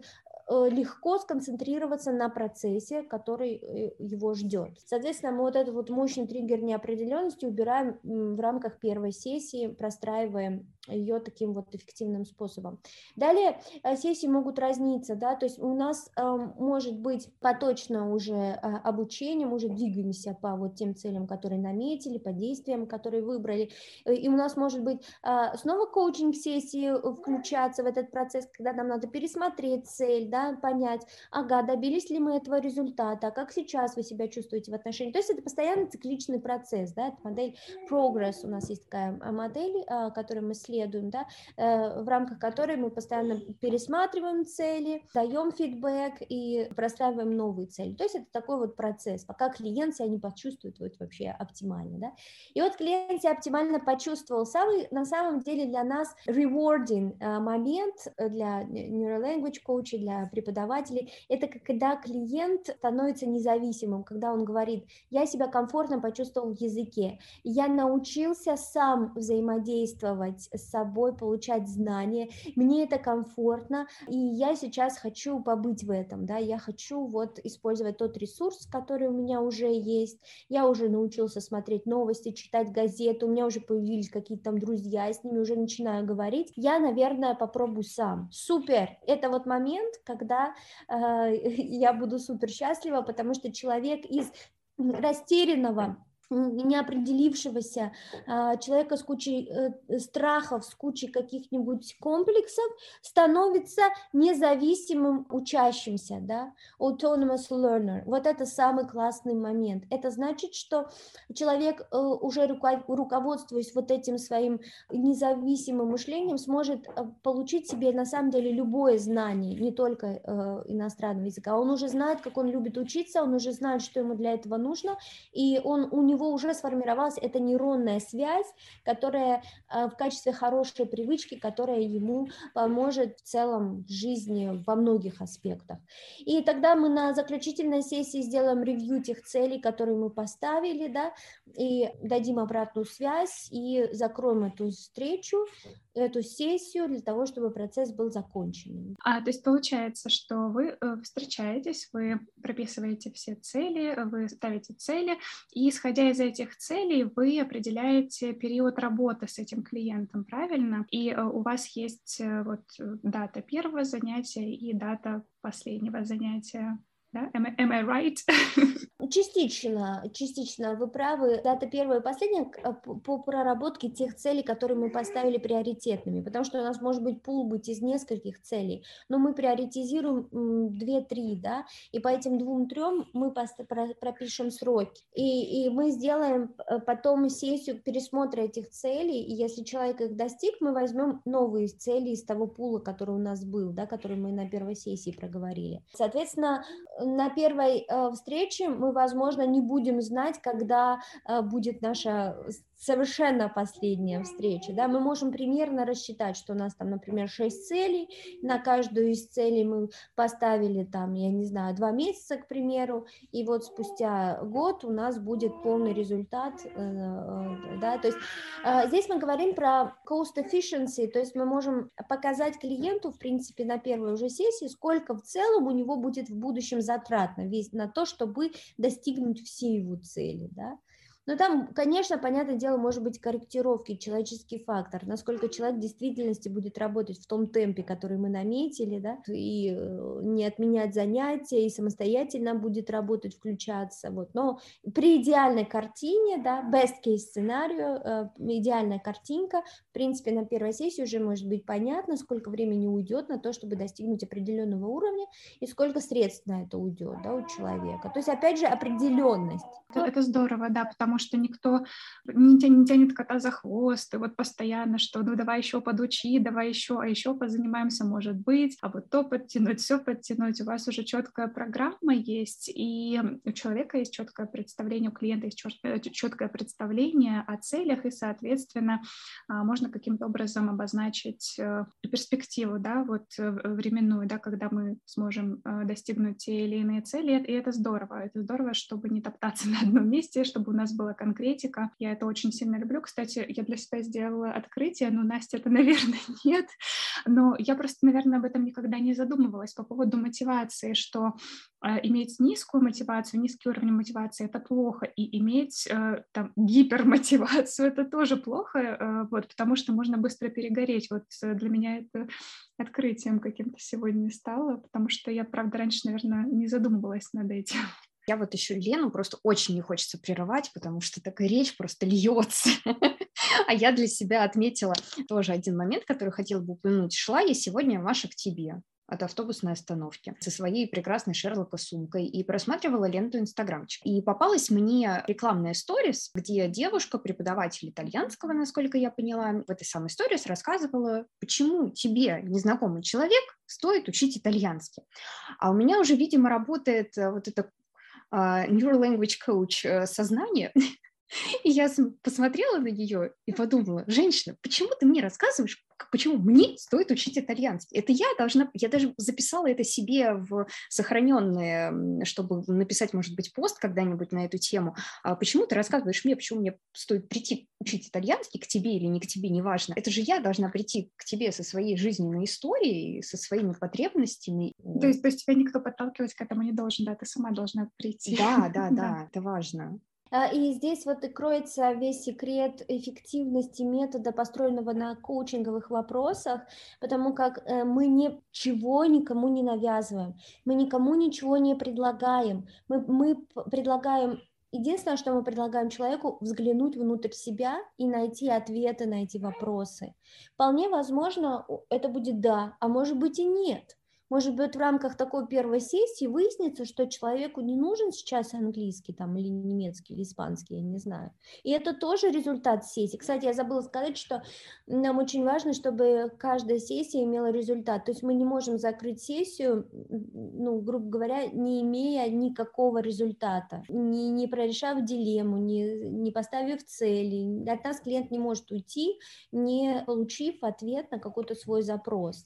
легко сконцентрироваться на процессе, который его ждет. Соответственно, мы вот этот вот мощный триггер неопределенности убираем в рамках первой сессии, простраиваем ее таким вот эффективным способом. Далее сессии могут разниться, да, то есть у нас э, может быть поточно уже э, обучение, мы уже двигаемся по вот тем целям, которые наметили, по действиям, которые выбрали, и у нас может быть э, снова коучинг-сессии включаться в этот процесс, когда нам надо пересмотреть цель, да, понять, ага, добились ли мы этого результата, как сейчас вы себя чувствуете в отношении, то есть это постоянно цикличный процесс, да, это модель Progress, у нас есть такая модель, э, которую мы следуем, да, в рамках которой мы постоянно пересматриваем цели, даем фидбэк и простраиваем новые цели. То есть это такой вот процесс, пока клиент себя не почувствует вот вообще оптимально. Да? И вот клиент себя оптимально почувствовал. Самый, на самом деле для нас rewarding момент для neurolanguage коучей, для преподавателей, это когда клиент становится независимым, когда он говорит, я себя комфортно почувствовал в языке, я научился сам взаимодействовать с собой, получать знания, мне это комфортно, и я сейчас хочу побыть в этом, да, я хочу вот использовать тот ресурс, который у меня уже есть, я уже научился смотреть новости, читать газеты, у меня уже появились какие-то там друзья, я с ними уже начинаю говорить, я, наверное, попробую сам. Супер! Это вот момент, когда э, я буду супер счастлива, потому что человек из растерянного, неопределившегося человека с кучей страхов, с кучей каких-нибудь комплексов становится независимым учащимся, да, autonomous learner. Вот это самый классный момент. Это значит, что человек, уже руководствуясь вот этим своим независимым мышлением, сможет получить себе на самом деле любое знание, не только иностранного языка. Он уже знает, как он любит учиться, он уже знает, что ему для этого нужно, и он, у него уже сформировалась эта нейронная связь, которая в качестве хорошей привычки, которая ему поможет в целом в жизни во многих аспектах. И тогда мы на заключительной сессии сделаем ревью тех целей, которые мы поставили, да, и дадим обратную связь, и закроем эту встречу, эту сессию для того, чтобы процесс был закончен. А, то есть получается, что вы встречаетесь, вы прописываете все цели, вы ставите цели, и исходя из этих целей вы определяете период работы с этим клиентом, правильно? И у вас есть вот дата первого занятия и дата последнего занятия. Да? Am, am I right? Частично, частично вы правы. Дата первая и последняя по проработке тех целей, которые мы поставили приоритетными, потому что у нас может быть пул быть из нескольких целей, но мы приоритизируем две-три, да, и по этим двум-трем мы пропишем сроки. И, и мы сделаем потом сессию пересмотра этих целей, и если человек их достиг, мы возьмем новые цели из того пула, который у нас был, да, который мы на первой сессии проговорили. Соответственно, на первой э, встрече мы, возможно, не будем знать, когда э, будет наша совершенно последняя встреча, да, мы можем примерно рассчитать, что у нас там, например, шесть целей, на каждую из целей мы поставили там, я не знаю, два месяца, к примеру, и вот спустя год у нас будет полный результат, да, то есть здесь мы говорим про cost efficiency, то есть мы можем показать клиенту, в принципе, на первой уже сессии, сколько в целом у него будет в будущем затрат на, весь, на то, чтобы достигнуть все его цели, да. Но там, конечно, понятное дело, может быть корректировки, человеческий фактор, насколько человек в действительности будет работать в том темпе, который мы наметили, да, и не отменять занятия, и самостоятельно будет работать, включаться, вот. Но при идеальной картине, да, best case сценарию, идеальная картинка, в принципе, на первой сессии уже может быть понятно, сколько времени уйдет на то, чтобы достигнуть определенного уровня, и сколько средств на это уйдет, да, у человека. То есть, опять же, определенность. Это, это здорово, да, потому потому что никто не тянет, не тянет кота за хвост, и вот постоянно, что ну давай еще подучи, давай еще, а еще позанимаемся, может быть, а вот то подтянуть, все подтянуть. У вас уже четкая программа есть, и у человека есть четкое представление, у клиента есть четкое представление о целях, и, соответственно, можно каким-то образом обозначить перспективу, да, вот временную, да, когда мы сможем достигнуть те или иные цели, и это здорово. Это здорово, чтобы не топтаться на одном месте, чтобы у нас была конкретика. Я это очень сильно люблю. Кстати, я для себя сделала открытие, но Настя это, наверное, нет. Но я просто, наверное, об этом никогда не задумывалась по поводу мотивации, что э, иметь низкую мотивацию, низкий уровень мотивации — это плохо, и иметь э, там гипермотивацию — это тоже плохо, э, вот, потому что можно быстро перегореть. Вот э, для меня это открытием каким-то сегодня стало, потому что я, правда, раньше, наверное, не задумывалась над этим. Я вот еще Лену просто очень не хочется прерывать, потому что такая речь просто льется. А я для себя отметила тоже один момент, который хотела бы упомянуть. Шла я сегодня, Маша, к тебе от автобусной остановки со своей прекрасной Шерлока сумкой и просматривала ленту Инстаграмчик. И попалась мне рекламная сторис, где девушка, преподаватель итальянского, насколько я поняла, в этой самой сторис рассказывала, почему тебе, незнакомый человек, стоит учить итальянский. А у меня уже, видимо, работает вот это Uh, Neural Language Coach uh, сознание, и я посмотрела на нее и подумала: женщина, почему ты мне рассказываешь, почему мне стоит учить итальянский? Это я должна, я даже записала это себе в сохраненное, чтобы написать, может быть, пост когда-нибудь на эту тему. А почему ты рассказываешь мне, почему мне стоит прийти учить итальянский, к тебе или не к тебе, неважно. Это же я должна прийти к тебе со своей жизненной историей, со своими потребностями. То есть, то есть тебя никто подталкивать к этому не должен, да, ты сама должна прийти. Да, да, да, это важно. И здесь вот и кроется весь секрет эффективности метода, построенного на коучинговых вопросах, потому как мы ничего никому не навязываем, мы никому ничего не предлагаем, мы, мы предлагаем, единственное, что мы предлагаем человеку, взглянуть внутрь себя и найти ответы на эти вопросы. Вполне возможно, это будет да, а может быть и нет. Может быть, в рамках такой первой сессии выяснится, что человеку не нужен сейчас английский там, или немецкий, или испанский, я не знаю. И это тоже результат сессии. Кстати, я забыла сказать, что нам очень важно, чтобы каждая сессия имела результат. То есть мы не можем закрыть сессию, ну, грубо говоря, не имея никакого результата, не, не прорешав дилемму, не, не поставив цели. От нас клиент не может уйти, не получив ответ на какой-то свой запрос.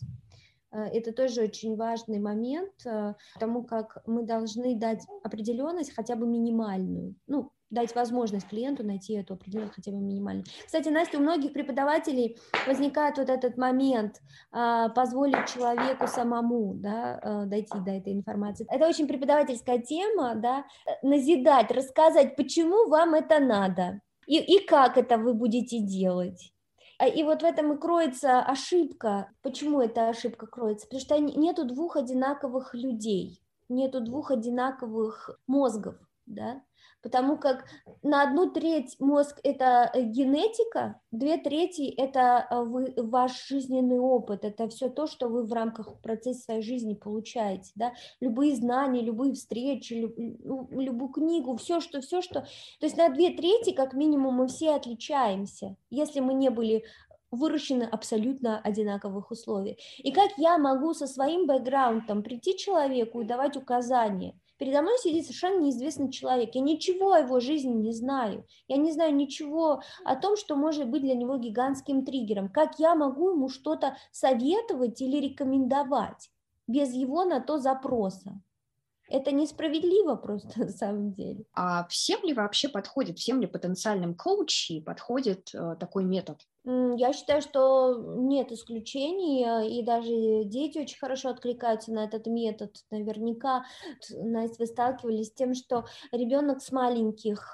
Это тоже очень важный момент, потому как мы должны дать определенность хотя бы минимальную, ну, дать возможность клиенту найти эту определенность хотя бы минимальную. Кстати, Настя, у многих преподавателей возникает вот этот момент позволить человеку самому, да, дойти до этой информации. Это очень преподавательская тема, да, назидать, рассказать, почему вам это надо и, и как это вы будете делать. И вот в этом и кроется ошибка. Почему эта ошибка кроется? Потому что нету двух одинаковых людей, нету двух одинаковых мозгов, да? Потому как на одну треть мозг – это генетика, две трети – это вы, ваш жизненный опыт, это все то, что вы в рамках процесса своей жизни получаете, да? Любые знания, любые встречи, люб, любую книгу, все что, все, что… То есть на две трети, как минимум, мы все отличаемся, если мы не были выращены абсолютно одинаковых условиях. И как я могу со своим бэкграундом прийти к человеку и давать указания? Передо мной сидит совершенно неизвестный человек. Я ничего о его жизни не знаю. Я не знаю ничего о том, что может быть для него гигантским триггером. Как я могу ему что-то советовать или рекомендовать без его на то запроса? Это несправедливо просто на самом деле. А всем ли вообще подходит, всем ли потенциальным коучам подходит э, такой метод? Я считаю, что нет исключений, и даже дети очень хорошо откликаются на этот метод. Наверняка, Настя, вы сталкивались с тем, что ребенок с маленьких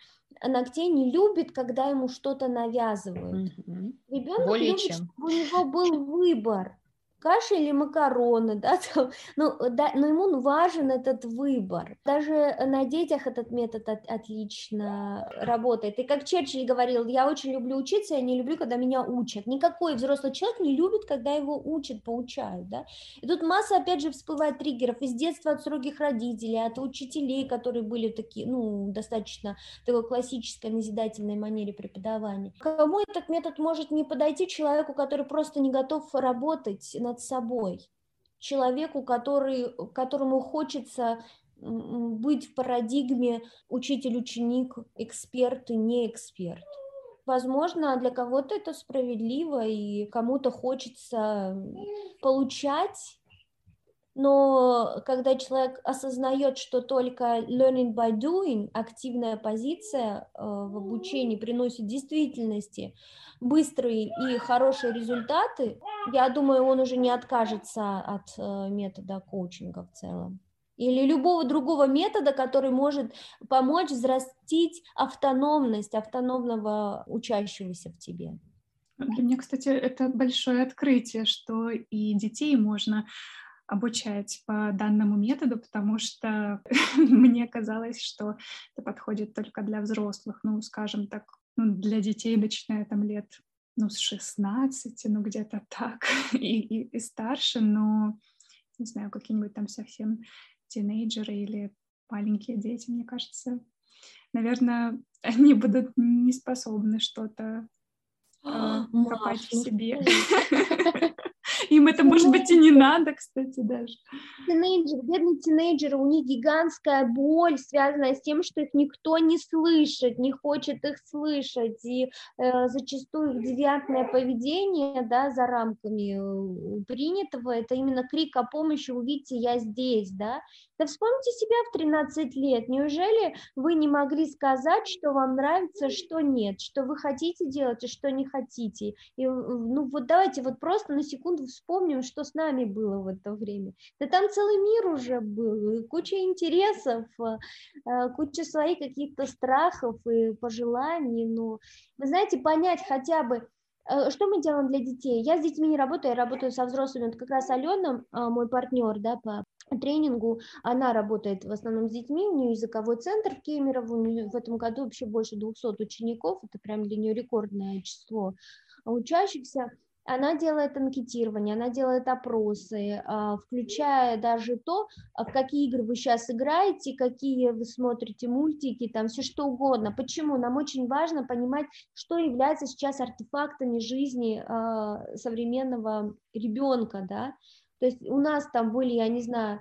ногтей не любит, когда ему что-то навязывают. Mm-hmm. Ребенок Более любит, чем. чтобы у него был выбор. каша или макароны, да, там, ну, да, но ему важен этот выбор. Даже на детях этот метод от, отлично работает. И как Черчилль говорил, я очень люблю учиться, я не люблю, когда меня учат. Никакой взрослый человек не любит, когда его учат, поучают, да. И тут масса, опять же, всплывает триггеров из детства от строгих родителей, от учителей, которые были такие, ну, достаточно такой классической назидательной манере преподавания. Кому этот метод может не подойти? Человеку, который просто не готов работать над собой, человеку, который, которому хочется быть в парадигме учитель-ученик, эксперт и не эксперт. Возможно, для кого-то это справедливо, и кому-то хочется получать, но когда человек осознает, что только learning by doing, активная позиция э, в обучении приносит в действительности быстрые и хорошие результаты, я думаю, он уже не откажется от э, метода коучинга в целом. Или любого другого метода, который может помочь взрастить автономность автономного учащегося в тебе. Для меня, кстати, это большое открытие, что и детей можно обучать по данному методу, потому что мне казалось, что это подходит только для взрослых, ну, скажем так, ну, для детей, начиная там лет, ну, с шестнадцати, ну, где-то так, и, и, и старше, но, не знаю, какие-нибудь там совсем тинейджеры или маленькие дети, мне кажется, наверное, они будут не способны что-то э, копать в себе. Им это, может быть, и не надо, кстати, даже. Тинейджеры, бедные тинейджеры, у них гигантская боль, связанная с тем, что их никто не слышит, не хочет их слышать, и э, зачастую их девиантное поведение, да, за рамками э, принятого, это именно крик о помощи, увидите, я здесь, да. Да вспомните себя в тринадцать лет, неужели вы не могли сказать, что вам нравится, что нет, что вы хотите делать и что не хотите? И, ну вот давайте вот просто на секунду вспомним, что с нами было в это время. Да там целый мир уже был, куча интересов, куча своих каких-то страхов и пожеланий. Но, вы знаете, понять хотя бы, что мы делаем для детей. Я с детьми не работаю, я работаю со взрослыми. Вот как раз Алена, мой партнер, да, по тренингу, она работает в основном с детьми, у нее языковой центр в Кемерово, у нее в этом году вообще больше двухсот учеников, это прям для нее рекордное число учащихся. Она делает анкетирование, она делает опросы, включая даже то, в какие игры вы сейчас играете, какие вы смотрите мультики, там все что угодно. Почему? Нам очень важно понимать, что является сейчас артефактами жизни современного ребенка, да. То есть у нас там были, я не знаю,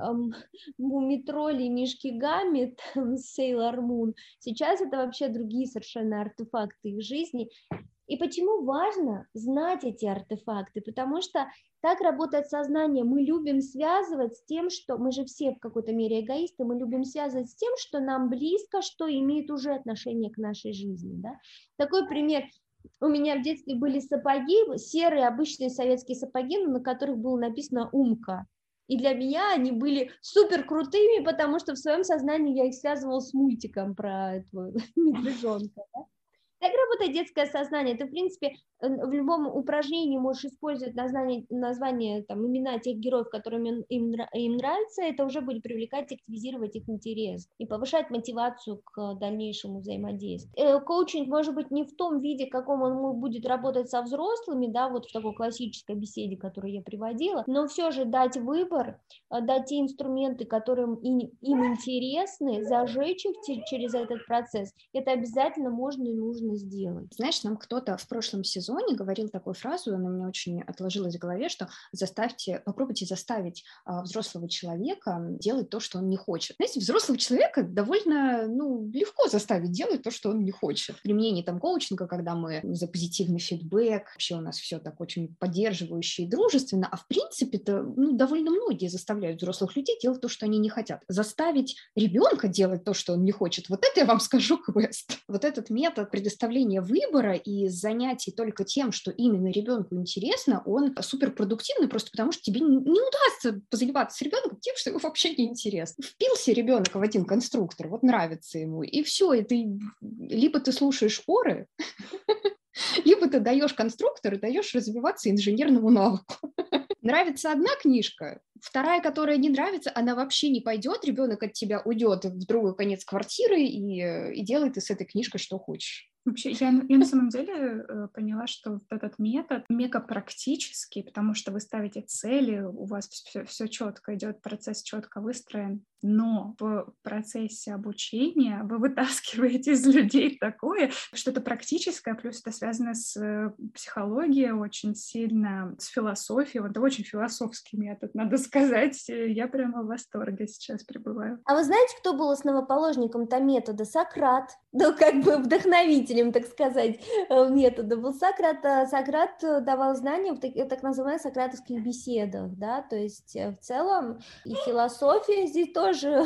Мумитроли, Мишки Гамми, Сейлор Мун. Сейчас это вообще другие совершенно артефакты их жизни. И почему важно знать эти артефакты? Потому что так работает сознание. Мы любим связывать с тем, что... Мы же все в какой-то мере эгоисты, мы любим связывать с тем, что нам близко, что имеет уже отношение к нашей жизни. Да? Такой пример. У меня в детстве были сапоги, серые обычные советские сапоги, на которых было написано «Умка». И для меня они были супер крутыми, потому что в своем сознании я их связывала с мультиком про этого медвежонка. Да? Так работает детское сознание. Ты, в принципе, в любом упражнении можешь использовать название, название там, имена тех героев, которым им, им нравится, это уже будет привлекать, активизировать их интерес и повышать мотивацию к дальнейшему взаимодействию. Коучинг может быть не в том виде, в каком он будет работать со взрослыми, да, вот в такой классической беседе, которую я приводила, но все же дать выбор, дать те инструменты, которые им, им интересны, зажечь их через этот процесс, это обязательно можно и нужно сделать. Знаешь, нам кто-то в прошлом сезоне говорил такую фразу, она у меня очень отложилась в голове, что заставьте, попробуйте заставить а, взрослого человека делать то, что он не хочет. Знаете, взрослого человека довольно, ну, легко заставить делать то, что он не хочет. Применение там коучинга, когда мы за позитивный фидбэк, вообще у нас все так очень поддерживающе и дружественно, а в принципе-то, ну, довольно многие заставляют взрослых людей делать то, что они не хотят. Заставить ребенка делать то, что он не хочет, вот это я вам скажу квест. Вот этот метод предоставления выбора и занятий только тем, что именно ребенку интересно, он суперпродуктивный просто потому, что тебе не удастся позаниматься с ребенком тем, что ему вообще не интересно. Впился ребенок в один конструктор, вот нравится ему, и все, и ты, либо ты слушаешь оры, либо ты даешь конструктор и даешь развиваться инженерному навыку. Нравится одна книжка, вторая, которая не нравится, она вообще не пойдет, ребенок от тебя уйдет в другой конец квартиры и, и делай ты с этой книжкой что хочешь. Вообще, я, я на самом деле э, поняла, что вот этот метод мега практический, потому что вы ставите цели, у вас все, все четко идет, процесс четко выстроен, но в процессе обучения вы вытаскиваете из людей такое, что это практическое, плюс это связано с э, психологией очень сильно, с философией, это очень философский метод, надо сказать, я прямо в восторге сейчас пребываю. А вы знаете, кто был основоположником-то метода? Сократ. Ну, как бы вдохновителем, так сказать, метода был Сократ. Сократ давал знания в так, так называемых сократовских беседах, да, то есть в целом и философия здесь тоже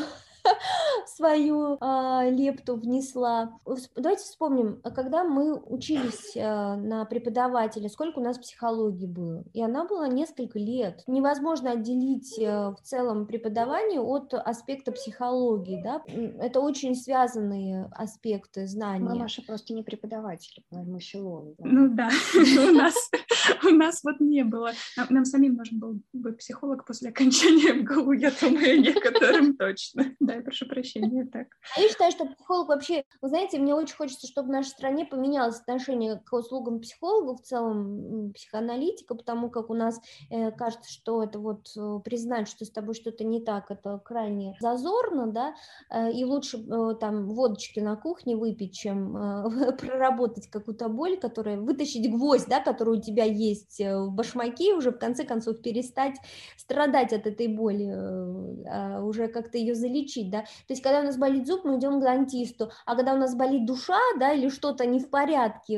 свою э, лепту внесла. Давайте вспомним, когда мы учились э, на преподавателя, сколько у нас психологии было, и она была несколько лет. Невозможно отделить э, в целом преподавание от аспекта психологии, да, это очень связанные аспекты знания. Мамаша просто не преподаватель, мы филологи. Ну да, у нас у нас вот не было. Нам, нам самим нужен был бы психолог после окончания МГУ, я думаю, некоторым точно. Да, я прошу прощения, так. А я считаю, что психолог вообще, вы знаете, мне очень хочется, чтобы в нашей стране поменялось отношение к услугам психологов, в целом психоаналитика, потому как у нас э, кажется, что это вот признать, что с тобой что-то не так, это крайне зазорно, да, э, и лучше э, там водочки на кухне выпить, чем э, проработать какую-то боль, которая, вытащить гвоздь, да, который у тебя есть в башмаке, уже в конце концов перестать страдать от этой боли, а уже как-то ее залечить, да. То есть, когда у нас болит зуб, мы идем к дантисту, а когда у нас болит душа, да, или что-то не в порядке,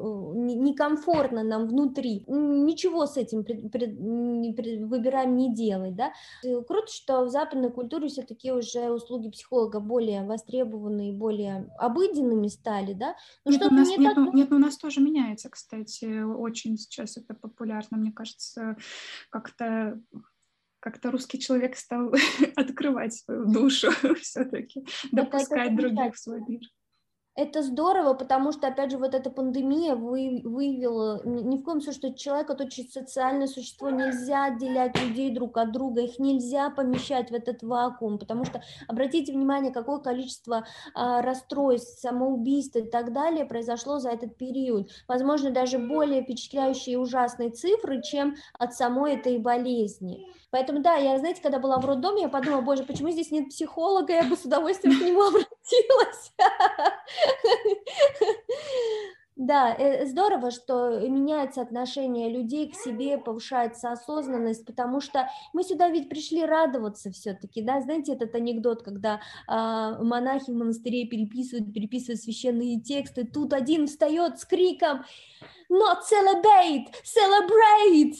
некомфортно нам внутри, ничего с этим пред, пред, пред, выбираем не делать, да. Круто, что в западной культуре все-таки уже услуги психолога более востребованные, более обыденными стали, да. Но нет, у нас, не нет, так... нет, у нас тоже меняется, кстати, очень сейчас это популярно, мне кажется, как-то как-то русский человек стал открывать свою душу все-таки, допускать это, это других в свой мир. Это здорово, потому что, опять же, вот эта пандемия выявила, ни в коем случае, что человек — это очень социальное существо, нельзя отделять людей друг от друга, их нельзя помещать в этот вакуум, потому что, обратите внимание, какое количество а, расстройств, самоубийств и так далее произошло за этот период. Возможно, даже более впечатляющие и ужасные цифры, чем от самой этой болезни. Поэтому, да, я, знаете, когда была в роддоме, я подумала, боже, почему здесь нет психолога, я бы с удовольствием к нему обратилась. Да, здорово, что меняется отношение людей к себе, повышается осознанность, потому что мы сюда ведь пришли радоваться все-таки, да, знаете, этот анекдот, когда а, монахи в монастыре переписывают, переписывают священные тексты, тут один встает с криком «Not celebrate, celebrate!»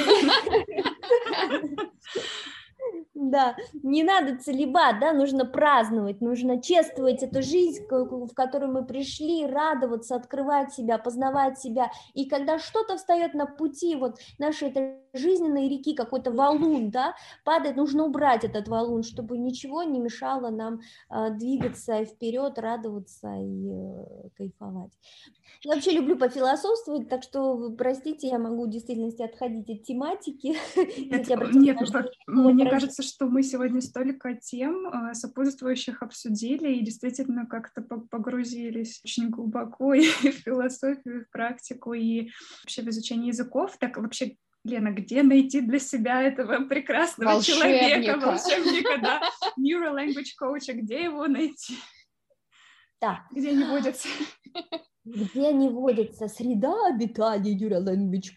Да, не надо целибат, да, нужно праздновать, нужно чествовать эту жизнь, в которую мы пришли, радоваться, открывать себя, познавать себя. И когда что-то встает на пути вот нашей этой жизненной реки, какой-то валун, да, падает, нужно убрать этот валун, чтобы ничего не мешало нам э, двигаться вперед, радоваться и э, кайфовать. Я вообще люблю пофилософствовать, так что, простите, я могу в действительности отходить от тематики. Нет, нет мне кажется, что мы сегодня столько тем сопутствующих обсудили и действительно как-то погрузились очень глубоко и в философию, и в практику, и вообще в изучение языков. Так вообще, Лена, где найти для себя этого прекрасного волшебника. человека, волшебника, да, Neuro Language Coach, где его найти? Да. Где они водятся? Где они водятся? Среда обитания Neuro Language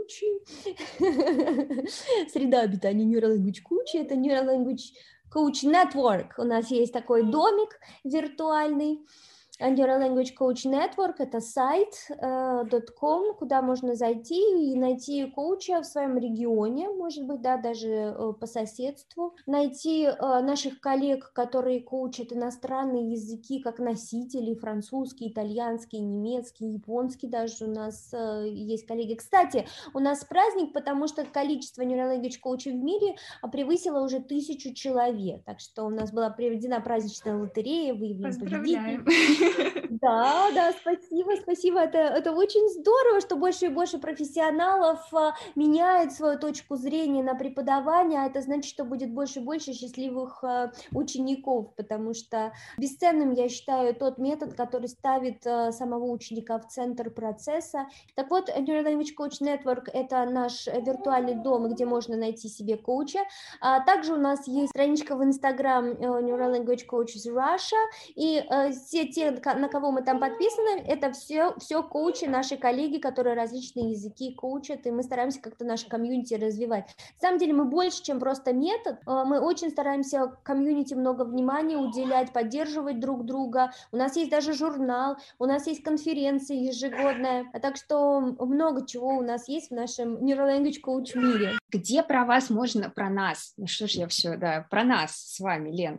Coach. Среда обитания Neuro Language Coach — это Neuro Language Coach Network. У нас есть такой домик виртуальный. Neuro Language Coach Network — это сайт точка ком, куда можно зайти и найти коуча в своем регионе, может быть, да, даже по соседству, найти наших коллег, которые коучат иностранные языки как носители, французский, итальянский, немецкий, японский, даже у нас есть коллеги. Кстати, у нас праздник, потому что количество Neuro Language Coach в мире превысило уже тысячу человек, так что у нас была проведена праздничная лотерея, выявлен победитель. Да, да, спасибо, спасибо. Это, это очень здорово, что больше и больше профессионалов а, меняют свою точку зрения на преподавание, а это значит, что будет больше и больше счастливых а, учеников, потому что бесценным я считаю тот метод, который ставит а, самого ученика в центр процесса. Так вот, Neural Language Coach Network — это наш виртуальный дом, где можно найти себе коуча. А также у нас есть страничка в Instagram Neural Language Coaches Russia, и а, все те, на кого мы там подписаны, это все, все коучи, наши коллеги, которые различные языки коучат, и мы стараемся как-то наше комьюнити развивать. На самом деле мы больше, чем просто метод, мы очень стараемся комьюнити много внимания уделять, поддерживать друг друга. У нас есть даже журнал, у нас есть конференция ежегодная, так что много чего у нас есть в нашем Neural Language Coach мире. Где про вас можно, про нас, ну что ж я все, да, про нас с вами, Лен.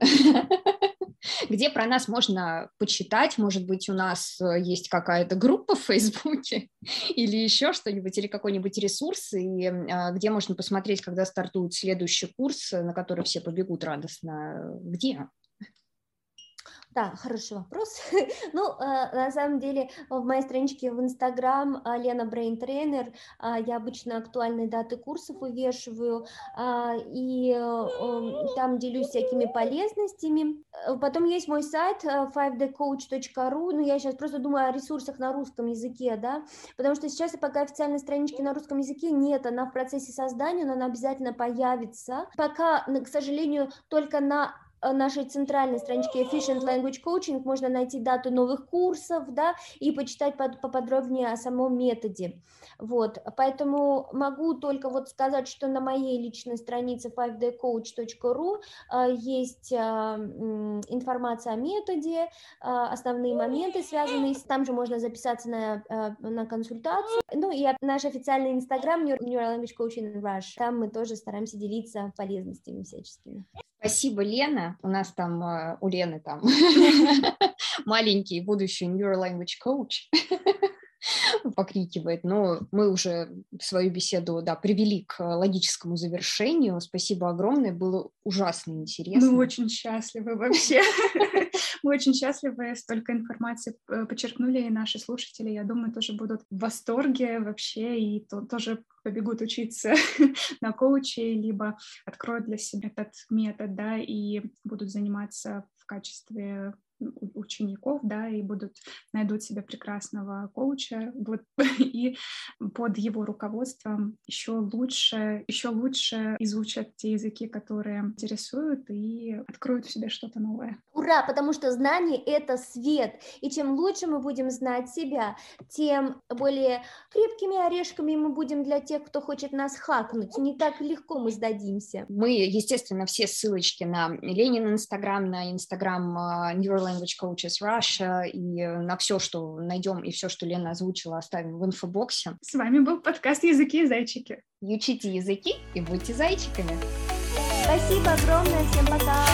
Где про нас можно почитать? Может быть, у нас есть какая-то группа в Фейсбуке или еще что-нибудь, или какой-нибудь ресурс, и где можно посмотреть, когда стартует следующий курс, на который все побегут радостно? Где? Да, хороший вопрос. Ну, на самом деле, в моей страничке в Инстаграм Лена Brain Trainer я обычно актуальные даты курсов вывешиваю, и там делюсь всякими полезностями. Потом есть мой сайт файв ди коуч точка ру, но я сейчас просто думаю о ресурсах на русском языке, да, потому что сейчас пока официальной странички на русском языке нет, она в процессе создания, но она обязательно появится. Пока, к сожалению, только на нашей центральной страничке Efficient Language Coaching можно найти дату новых курсов, да, и почитать под, поподробнее о самом методе. Вот, поэтому могу только вот сказать, что на моей личной странице файв ди коуч точка ру э, есть э, информация о методе, э, основные моменты, связанные с... Там же можно записаться на, э, на консультацию. Ну и наш официальный инстаграм Neural Language Coaching Rush. Там мы тоже стараемся делиться полезностями всяческими. Спасибо, Лена. У нас там, у Лены там маленький будущий Neural Language Coach покрикивает, но мы уже свою беседу, да, привели к логическому завершению. Спасибо огромное, было ужасно интересно. Мы очень счастливы вообще. Мы очень счастливы, столько информации подчеркнули, и наши слушатели, я думаю, тоже будут в восторге вообще, и то, тоже побегут учиться на коуче, либо откроют для себя этот метод, да, и будут заниматься в качестве учеников, да, и будут, найдут себе прекрасного коуча, вот, и под его руководством еще лучше, еще лучше изучат те языки, которые интересуют, и откроют в себе что-то новое. Ура, потому что знание — это свет, и чем лучше мы будем знать себя, тем более крепкими орешками мы будем для тех, кто хочет нас хакнуть. Не так легко мы сдадимся. Мы, естественно, все ссылочки на Ленин Инстаграм, на Инстаграм Neural Language Coaches Russia и на все, что найдем, и все, что Лена озвучила, оставим в инфобоксе. С вами был подкаст «Языки и зайчики». Учите языки и будьте зайчиками. Спасибо огромное, всем пока!